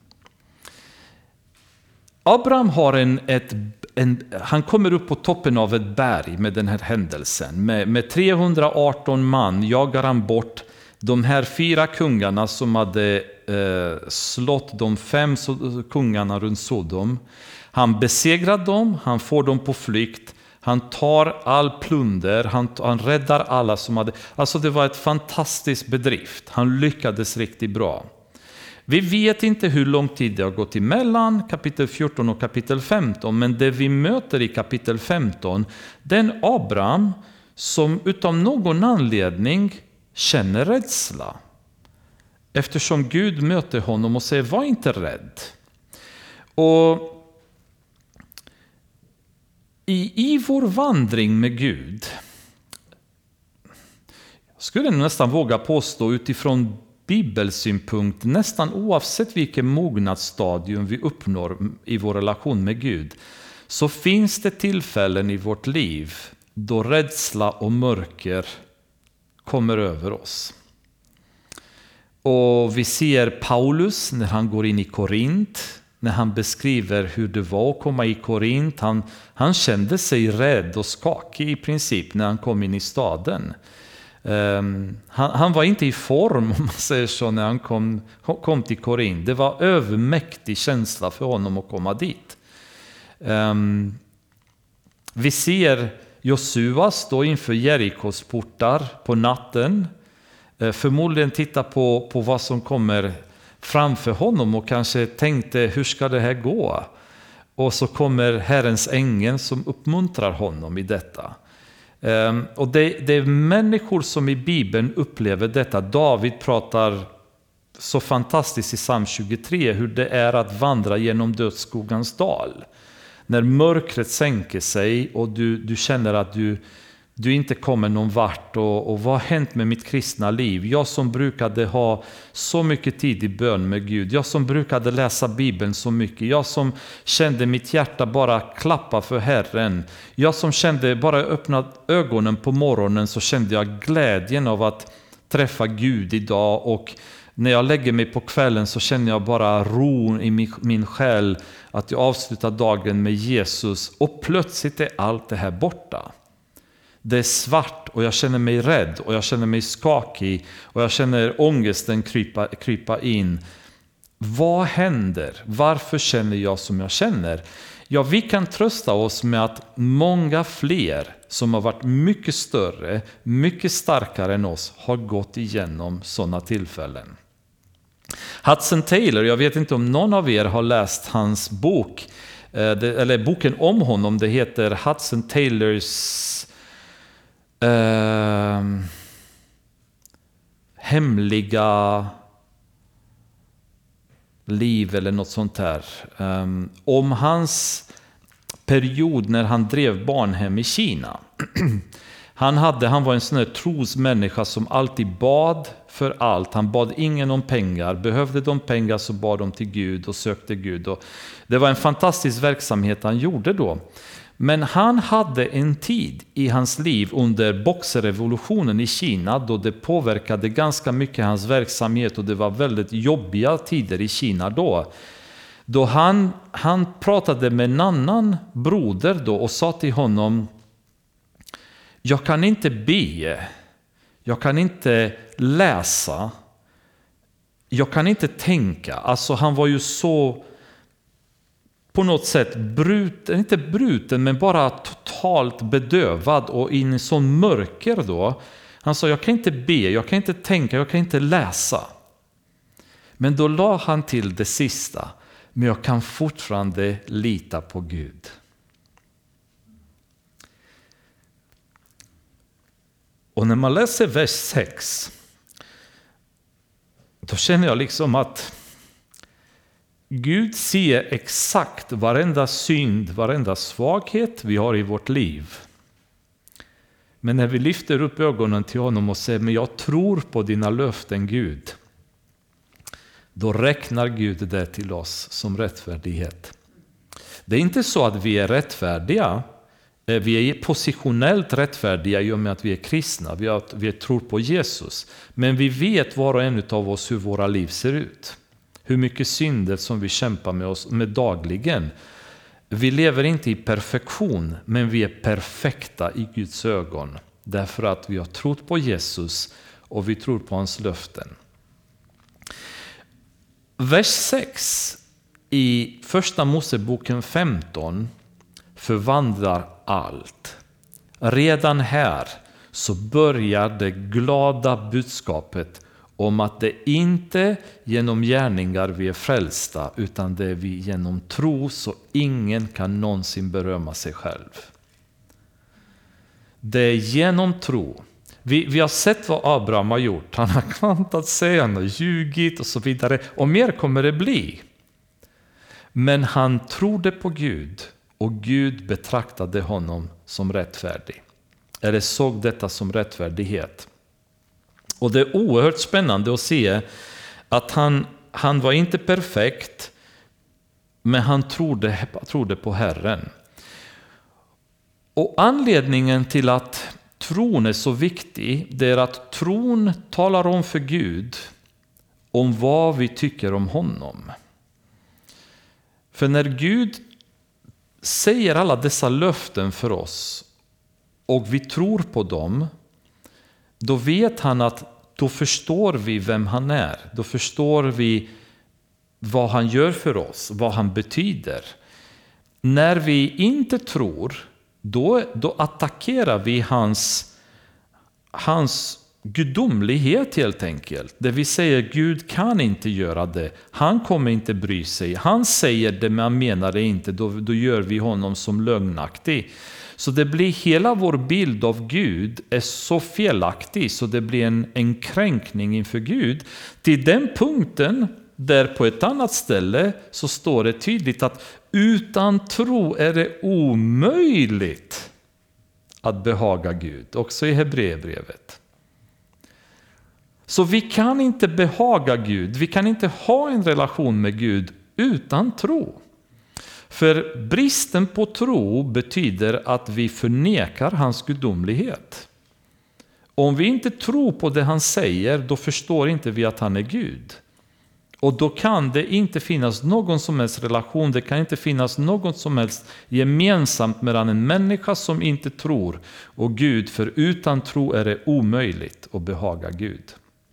Abraham har han kommer upp på toppen av ett berg med den här händelsen. Med 318 man jagar han bort de här 4 kungarna som hade slått de 5 kungarna runt Sodom. Han besegrar dem, han får dem på flykt, han tar all plunder, han räddar alla som hade... Alltså det var ett fantastiskt bedrift, han lyckades riktigt bra. Vi vet inte hur lång tid det har gått emellan kapitel 14 och kapitel 15, men det vi möter i kapitel 15, den Abraham som utav någon anledning känner rädsla. Eftersom Gud möter honom och säger, var inte rädd. Och i vår vandring med Gud, skulle jag nästan våga påstå utifrån bibelsynpunkt, nästan oavsett vilken mognadsstadium vi uppnår i vår relation med Gud, så finns det tillfällen i vårt liv då rädsla och mörker kommer över oss. Och vi ser Paulus när han går in i Korint, när han beskriver hur det var att komma i Korint. Han kände sig rädd och skakig i princip när han kom in i staden. Han var inte i form, om man säger så, när han kom till Korint. Det var övermäktig känsla för honom att komma dit. Vi ser Josua stå inför Jerikos portar på natten. Förmodligen titta på vad som kommer framför honom och kanske tänkte, hur ska det här gå? Och så kommer Herrens ängel som uppmuntrar honom i detta. Och det är människor som i Bibeln upplever detta. David pratar så fantastiskt i psalm 23 hur det är att vandra genom dödsskuggens dal. när mörkret sänker sig och du känner att du inte kommer någon vart och vad har hänt med mitt kristna liv? Jag som brukade ha så mycket tid i bön med Gud, jag som brukade läsa Bibeln så mycket, jag som kände mitt hjärta bara klappa för Herren, jag som kände bara öppna ögonen på morgonen så kände jag glädjen av att träffa Gud idag, och när jag lägger mig på kvällen så känner jag bara ro i min själ att jag avslutar dagen med Jesus, och plötsligt är allt det här borta. Det är svart och jag känner mig rädd och jag känner mig skakig och jag känner ångesten krypa in. Vad händer? Varför känner jag som jag känner? Ja, vi kan trösta oss med att många fler som har varit mycket större, mycket starkare än oss har gått igenom sådana tillfällen. Hudson Taylor, jag vet inte om någon av er har läst hans bok, eller boken om honom, det heter Hudson Taylors hemliga liv eller något sånt där. Om hans period när han drev barnhem i Kina. Han var en sån här trosmänniska som alltid bad för allt. Han bad ingen om pengar. Behövde de pengar så bad de till Gud och sökte Gud. Och det var en fantastisk verksamhet han gjorde då. Men han hade en tid i hans liv under boxerrevolutionen i Kina då det påverkade ganska mycket hans verksamhet, och det var väldigt jobbiga tider i Kina då. Då han pratade med en annan broder då och sa till honom: jag kan inte be, jag kan inte läsa, jag kan inte tänka. Alltså han var ju så på något sätt inte bruten, men bara totalt bedövad och in i sån mörker då. Han sa: jag kan inte be, jag kan inte tänka, jag kan inte läsa. Men då la han till det sista: men jag kan fortfarande lita på Gud. Och när man läser vers 6, då känner jag liksom att Gud ser exakt varenda synd, varenda svaghet vi har i vårt liv. Men när vi lyfter upp ögonen till honom och säger: men jag tror på dina löften, Gud, då räknar Gud det till oss som rättfärdighet. Det är inte så att vi är rättfärdiga. Vi är positionellt rättfärdiga i och med att vi är kristna. Vi tror på Jesus. Men vi vet var och en av oss hur våra liv ser ut. Hur mycket synder som vi kämpar med dagligen. Vi lever inte i perfektion, men vi är perfekta i Guds ögon. Därför att vi har trott på Jesus och vi tror på hans löften. Vers 6 i första Moseboken 15 förvandlar allt. Redan här så börjar det glada budskapet om att det inte genom gärningar vi är frälsta, utan det är vi genom tro, så ingen kan någonsin berömma sig själv. Det är genom tro. Vi har sett vad Abraham har gjort. Han har klantat sig, han har ljugit och så vidare. Och mer kommer det bli. Men han trodde på Gud och Gud betraktade honom som rättfärdig. Eller såg detta som rättfärdighet. Och det är oerhört spännande att se att han var inte perfekt, men han trodde på Herren. Och anledningen till att tron är så viktig, det är att tron talar om för Gud om vad vi tycker om honom. För när Gud säger alla dessa löften för oss och vi tror på dem, då vet han att då förstår vi vem han är. Då förstår vi vad han gör för oss, vad han betyder. När vi inte tror, då attackerar vi hans gudomlighet helt enkelt. Det vi säger: Gud kan inte göra det. Han kommer inte bry sig. Han säger det men han menar det inte. Då gör vi honom som lögnaktig. Så det blir hela vår bild av Gud är så felaktig så det blir en kränkning inför Gud. Till den punkten där på ett annat ställe så står det tydligt att utan tro är det omöjligt att behaga Gud. Också i Hebreerbrevet. Så vi kan inte behaga Gud. Vi kan inte ha en relation med Gud utan tro. För bristen på tro betyder att vi förnekar hans gudomlighet. Om vi inte tror på det han säger, då förstår inte vi att han är Gud. Och då kan det inte finnas någon som helst relation, det kan inte finnas något som helst gemensamt mellan en människa som inte tror och Gud, för utan tro är det omöjligt att behaga Gud.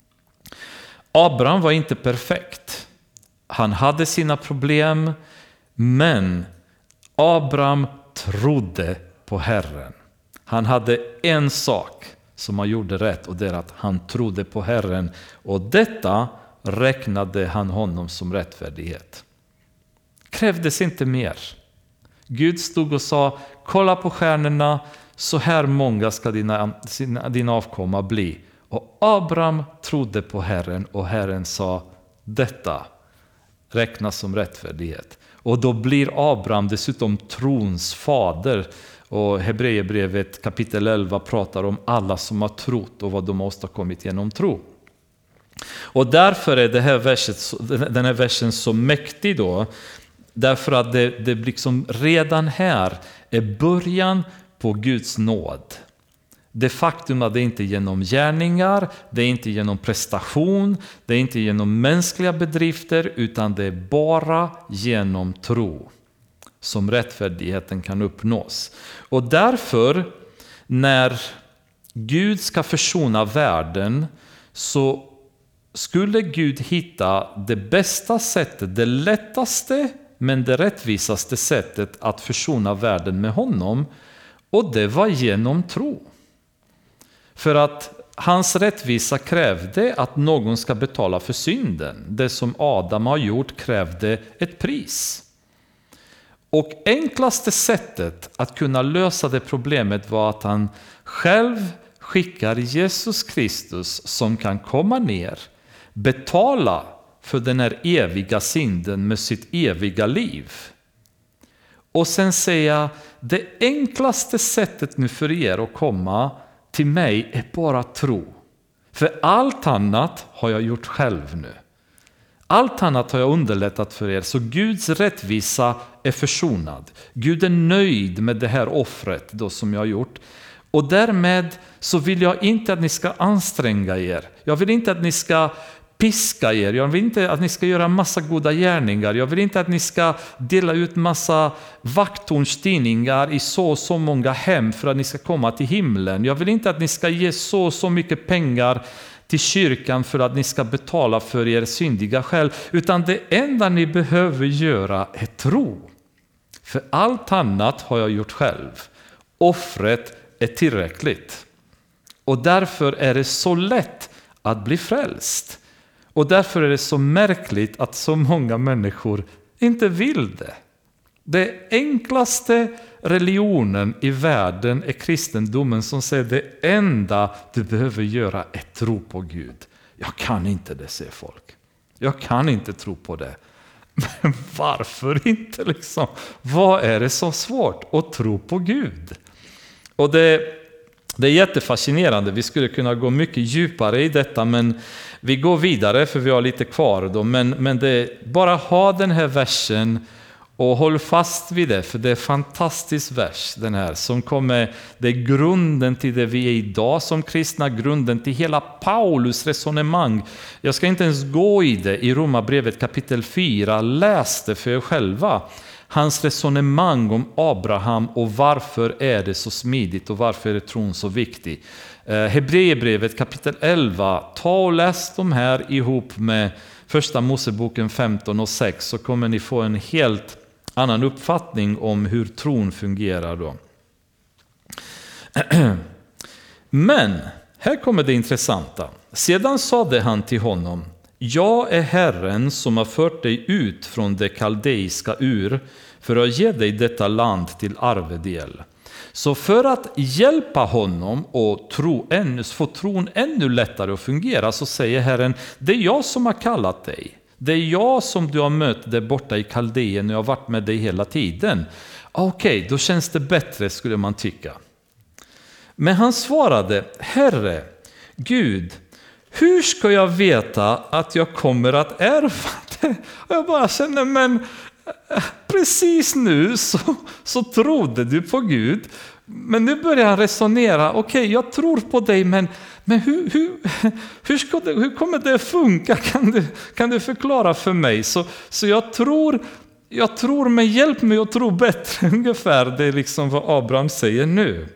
Abraham var inte perfekt. Han hade sina problem, men Abraham trodde på Herren. Han hade en sak som han gjorde rätt, och det är att han trodde på Herren, och detta räknade han honom som rättfärdighet. Krävdes inte mer. Gud stod och sa, kolla på stjärnorna, så här många ska din avkomma bli. Och Abraham trodde på Herren, och Herren sa, detta räknas som rättfärdighet. Och då blir Abraham dessutom trons fader. Och Hebreerbrevet kapitel 11 pratar om alla som har trott och vad de har åstadkommit genom tro. Och därför är den här versen så mäktig då. Därför att det liksom redan här är början på Guds nåd. Det faktum att det inte är genom gärningar, det är inte genom prestation, det är inte genom mänskliga bedrifter, utan det är bara genom tro som rättfärdigheten kan uppnås. Och därför, när Gud ska försona världen, så skulle Gud hitta det bästa sättet, det lättaste men det rättvisaste sättet att försona världen med honom, och det var genom tro. För att hans rättvisa krävde att någon ska betala för synden. Det som Adam har gjort krävde ett pris. Och enklaste sättet att kunna lösa det problemet var att han själv skickar Jesus Kristus som kan komma ner, betala för den här eviga synden med sitt eviga liv. Och sen säga, det enklaste sättet nu för er att komma till mig är bara tro. För allt annat har jag gjort själv nu. Allt annat har jag underlättat för er. Så Guds rättvisa är försonad. Gud är nöjd med det här offret då som jag har gjort. Och därmed så vill jag inte att ni ska anstränga er. Jag vill inte att ni ska piska er. Jag vill inte att ni ska göra massa goda gärningar. Jag vill inte att ni ska dela ut massa vakttornstidningar i så många hem för att ni ska komma till himlen. Jag vill inte att ni ska ge så mycket pengar till kyrkan för att ni ska betala för er syndiga själ. Utan det enda ni behöver göra är tro. För allt annat har jag gjort själv. Offret är tillräckligt. Och därför är det så lätt att bli frälst. Och därför är det så märkligt att så många människor inte vill det. Det enklaste religionen i världen är kristendomen, som säger det enda du behöver göra är tro på Gud. Jag kan inte det, säger folk. Jag kan inte tro på det. Men varför inte liksom? Vad är det så svårt att tro på Gud? Och det är jättefascinerande. Vi skulle kunna gå mycket djupare i detta, men vi går vidare för vi har lite kvar då. Men bara ha den här versen och håll fast vid det, för det är en fantastisk vers den här som kommer, det är grunden till det vi är idag som kristna, grunden till hela Paulus resonemang. Jag ska inte ens gå i det i Romarbrevet kapitel 4, läs det för er själva. Hans resonemang om Abraham och varför är det så smidigt och varför är tron så viktig. Hebreerbrevet kapitel 11, ta och läs de här ihop med första Moseboken 15 och 6, så kommer ni få en helt annan uppfattning om hur tron fungerar då. Men här kommer det intressanta. Sedan sade han till honom: jag är Herren som har fört dig ut från det kaldeiska Ur för att ge dig detta land till arvedel. Så för att hjälpa honom och få tron ännu lättare att fungera, så säger Herren: det är jag som har kallat dig. Det är jag som du har mött där borta i Kaldeen och jag har varit med dig hela tiden. Okej, då känns det bättre, skulle man tycka. Men han svarade, Herre, Gud, hur ska jag veta att jag kommer att ärva det? Och jag bara känner, men precis nu så trodde du på Gud. Men nu börjar han resonera, okej, jag tror på dig, men hur kommer det funka? Kan du förklara för mig? Så jag tror, men hjälp mig att tro bättre. Ungefär det är liksom vad Abraham säger nu.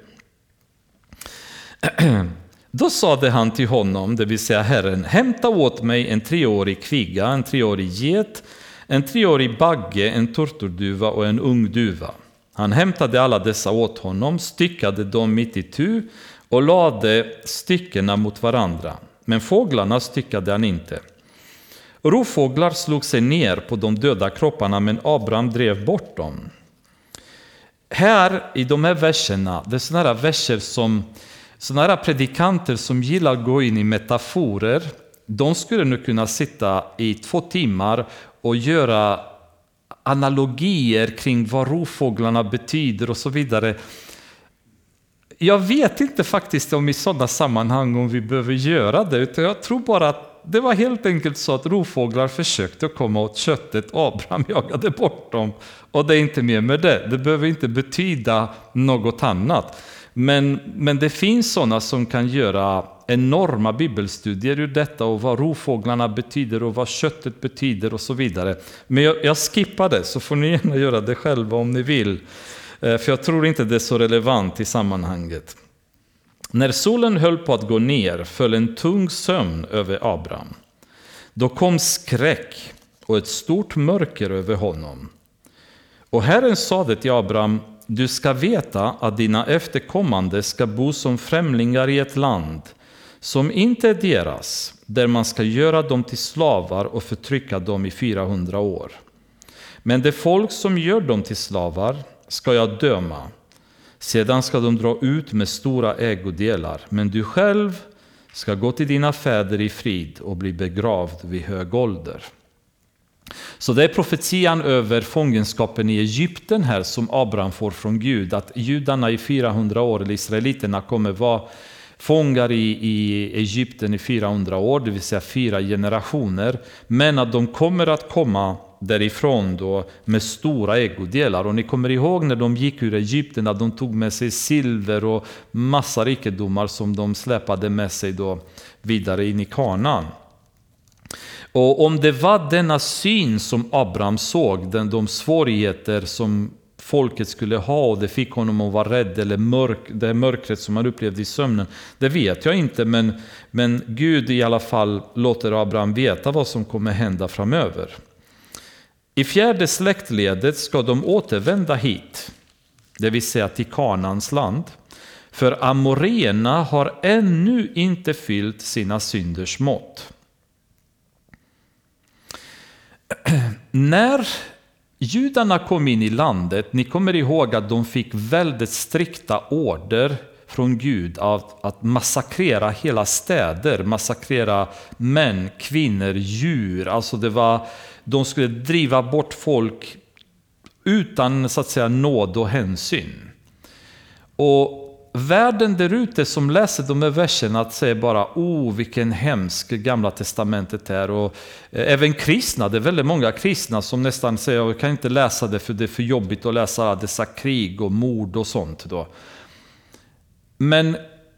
Då sade han till honom, det vill säga Herren, hämta åt mig en 3-årig kviga, en 3-årig get, en 3-årig bagge, en turturduva och en ung duva. Han hämtade alla dessa åt honom, styckade dem mitt itu och lade styckena mot varandra. Men fåglarna styckade han inte. Rovfåglar slog sig ner på de döda kropparna, men Abraham drev bort dem. Här i de här verserna, det är sådana här verser som sådana här predikanter som gillar att gå in i metaforer, de skulle nu kunna sitta i 2 timmar och göra analogier kring vad rovfåglarna betyder och så vidare. Jag vet inte faktiskt om i sådana sammanhang om vi behöver göra det, utan jag tror bara att det var helt enkelt så att rovfåglar försökte komma åt köttet. Abraham jagade bort dem och det är inte mer med det. Det behöver inte betyda något annat. Men det finns sådana som kan göra enorma bibelstudier ur detta och vad rovfåglarna betyder och vad köttet betyder och så vidare. Men jag skippar det, så får ni gärna göra det själva om ni vill. För jag tror inte det är så relevant i sammanhanget. När solen höll på att gå ner föll en tung sömn över Abraham. Då kom skräck och ett stort mörker över honom. Och Herren sade till Abraham, du ska veta att dina efterkommande ska bo som främlingar i ett land som inte är deras, där man ska göra dem till slavar och förtrycka dem i 400 år. Men det folk som gör dem till slavar ska jag döma. Sedan ska de dra ut med stora ägodelar, men du själv ska gå till dina fäder i frid och bli begravd vid hög ålder. Så det är profetian över fångenskapen i Egypten här som Abraham får från Gud, att judarna i 400 år, eller israeliterna, kommer vara fångar i Egypten i 400 år, det vill säga 4 generationer, men att de kommer att komma därifrån då med stora ägodelar. Och ni kommer ihåg när de gick ur Egypten att de tog med sig silver och massa rikedomar som de släpade med sig då vidare in i Kanaan. Och om det var denna syn som Abraham såg, de svårigheter som folket skulle ha och det fick honom att vara rädd, eller det mörkret som han upplevde i sömnen, det vet jag inte, men Gud i alla fall låter Abraham veta vad som kommer hända framöver. I 4:e släktledet ska de återvända hit, det vill säga till Kanaans land, för amoreerna har ännu inte fyllt sina synders mått. När judarna kom in i landet, ni kommer ihåg att de fick väldigt strikta order från Gud att massakrera hela städer, massakrera män, kvinnor, djur. Alltså de skulle driva bort folk utan så att säga nåd och hänsyn. Och världen där ute som läser de här verserna att säga bara, vilken hemsk Gamla testamentet är. Och även kristna, det är väldigt många kristna som nästan säger, jag kan inte läsa det för det är för jobbigt att läsa dessa krig och mord och sånt då. Men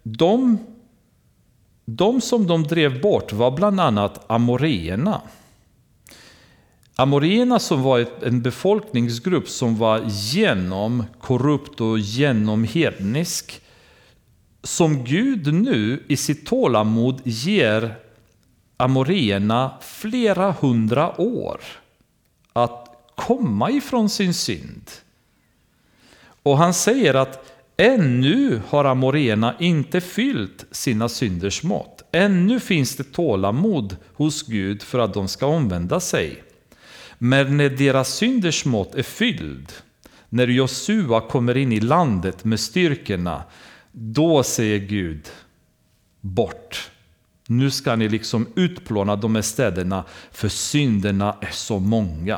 de som de drev bort var bland annat amoreerna. Amoreerna som var en befolkningsgrupp som var genom korrupt och genom hednisk, som Gud nu i sitt tålamod ger amoreerna flera 100 år att komma ifrån sin synd. Och han säger att ännu har amoreerna inte fyllt sina synders mått. Ännu finns det tålamod hos Gud för att de ska omvända sig. Men när deras synders mått är fylld, när Josua kommer in i landet med styrkorna, då säger Gud, bort. Nu ska ni liksom utplåna de här städerna, för synderna är så många.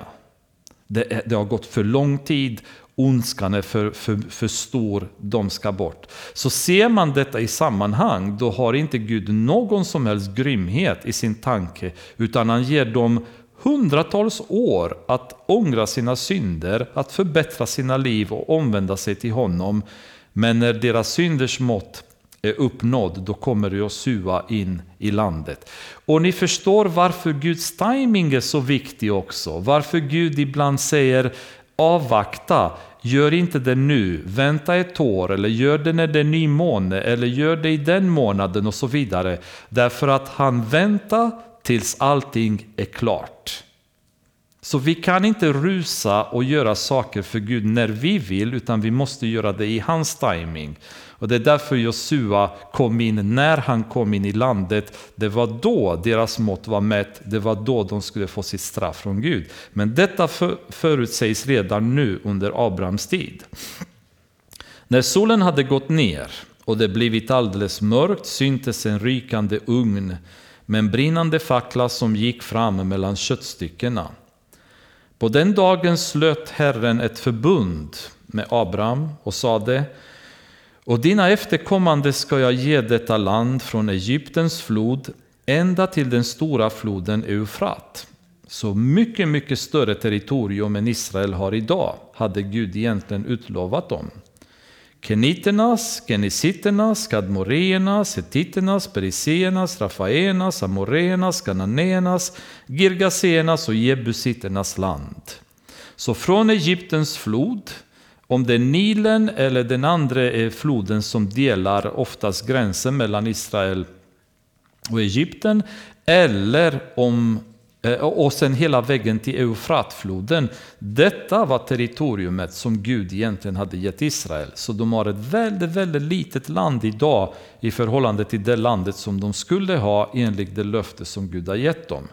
Det har gått för lång tid, ondskan är för stor, de ska bort. Så ser man detta i sammanhang, då har inte Gud någon som helst grymhet i sin tanke, utan han ger dem hundratals år att ångra sina synder, att förbättra sina liv och omvända sig till honom. Men när deras synders mått är uppnådd, då kommer Josua in i landet. Och ni förstår varför Guds timing är så viktig också. Varför Gud ibland säger avvakta, gör inte det nu, vänta ett år, eller gör det när det är ny månad, eller gör det i den månaden och så vidare. Därför att han väntar tills allting är klart. Så vi kan inte rusa och göra saker för Gud när vi vill, utan vi måste göra det i hans timing. Och det är därför Josua kom in, när han kom in i landet, det var då deras mått var mätt, det var då de skulle få sitt straff från Gud. Men detta förutsägs redan nu under Abrahams tid. När solen hade gått ner och det blivit alldeles mörkt syntes en rykande ugn med en brinnande fackla som gick fram mellan köttstyckena. På den dagen slöt Herren ett förbund med Abraham och sade: och dina efterkommande ska jag ge detta land från Egyptens flod ända till den stora floden Eufrat. Så mycket, mycket större territorium än Israel har idag hade Gud egentligen utlovat dem. Keniternas, genesiternas, kadmoreernas, hetiternas, periseernas, rafaenas, amoreernas, kananeernas, girgaseernas och jebusiternas land. Så från Egyptens flod, om det är Nilen eller den andra är floden som delar oftast gränsen mellan Israel och Egypten, eller och sen hela vägen till Eufratfloden. Detta var territoriumet som Gud egentligen hade gett Israel. Så de har ett väldigt, väldigt litet land idag i förhållande till det landet som de skulle ha enligt det löfte som Gud har gett dem.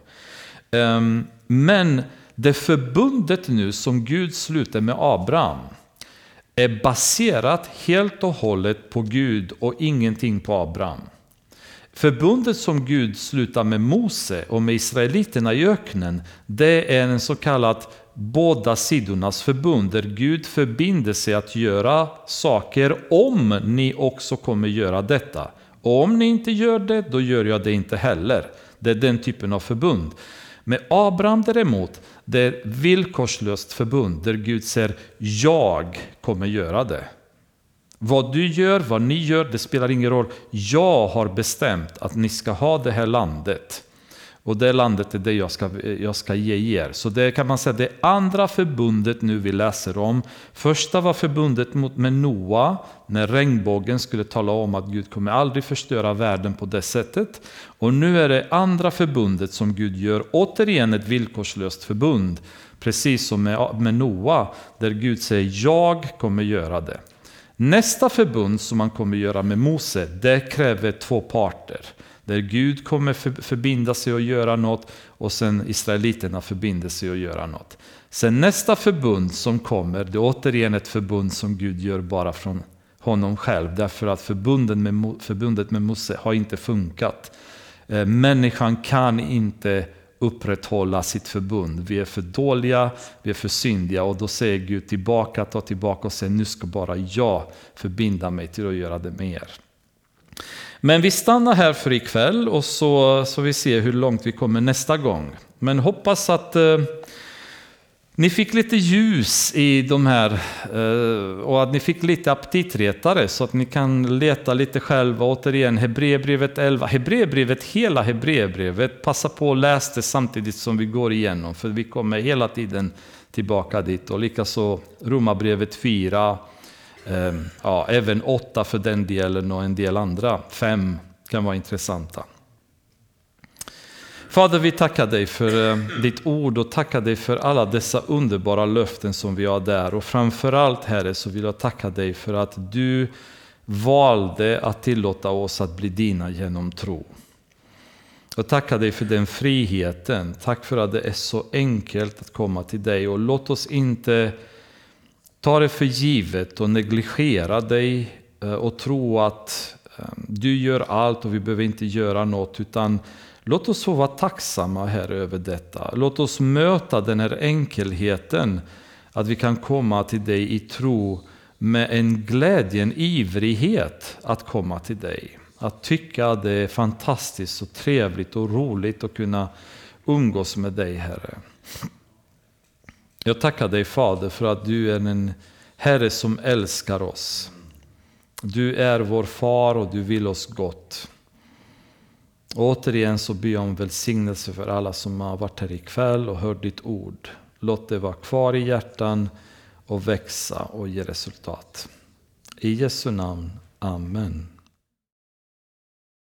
Men det förbundet nu som Gud sluter med Abraham är baserat helt och hållet på Gud och ingenting på Abraham. Förbundet som Gud slutar med Mose och med israeliterna i öknen, det är en så kallad båda sidornas förbund där Gud förbinder sig att göra saker om ni också kommer göra detta. Och om ni inte gör det, då gör jag det inte heller. Det är den typen av förbund. Med Abraham däremot, det är villkorslöst förbund där Gud säger jag kommer göra det. Vad du gör, vad ni gör, det spelar ingen roll. Jag har bestämt att ni ska ha det här landet. Och det landet är det jag ska ge er. Så det kan man säga, det andra förbundet nu vi läser om. Första var förbundet med Noa, när regnbågen skulle tala om att Gud kommer aldrig förstöra världen på det sättet. Och nu är det andra förbundet som Gud gör, återigen ett villkorslöst förbund. Precis som med Noa, där Gud säger jag kommer göra det. Nästa förbund som man kommer göra med Mose, det kräver två parter. Där Gud kommer förbinda sig och göra något och sen israeliterna förbinder sig och göra något. Sen nästa förbund som kommer, det är återigen ett förbund som Gud gör bara från honom själv. Därför att förbundet med Mose har inte funkat. Människan kan inte upprätthålla sitt förbund. Vi är för dåliga, vi är för syndiga och då säger Gud ta tillbaka och säger nu ska bara jag förbinda mig till att göra det med er. Men vi stannar här för ikväll och så vi ser hur långt vi kommer nästa gång. Men hoppas att ni fick lite ljus i de här och att ni fick lite aptitretare så att ni kan leta lite själva. Återigen Hebreerbrevet 11, hela Hebreerbrevet. Passa på att läsa det samtidigt som vi går igenom, för vi kommer hela tiden tillbaka dit. Och likaså Romarbrevet 4, även 8 för den delen och en del andra. 5 kan vara intressanta. Fader, vi tackar dig för ditt ord och tackar dig för alla dessa underbara löften som vi har där. Och framförallt, Herre, så vill jag tacka dig för att du valde att tillåta oss att bli dina genom tro. Och tacka dig för den friheten. Tack för att det är så enkelt att komma till dig. Och låt oss inte ta det för givet och negligera dig och tro att Du gör allt och vi behöver inte göra något, utan låt oss få vara tacksamma här över detta. Låt oss möta den här enkelheten, att vi kan komma till dig i tro med en glädje, en ivrighet att komma till dig. Att tycka det är fantastiskt och trevligt och roligt att kunna umgås med dig, Herre. Jag tackar dig, Fader, för att du är en Herre som älskar oss. Du är vår far och du vill oss gott. Och återigen så ber jag om välsignelse för alla som har varit här ikväll och hört ditt ord. Låt det vara kvar i hjärtan och växa och ge resultat. I Jesu namn. Amen.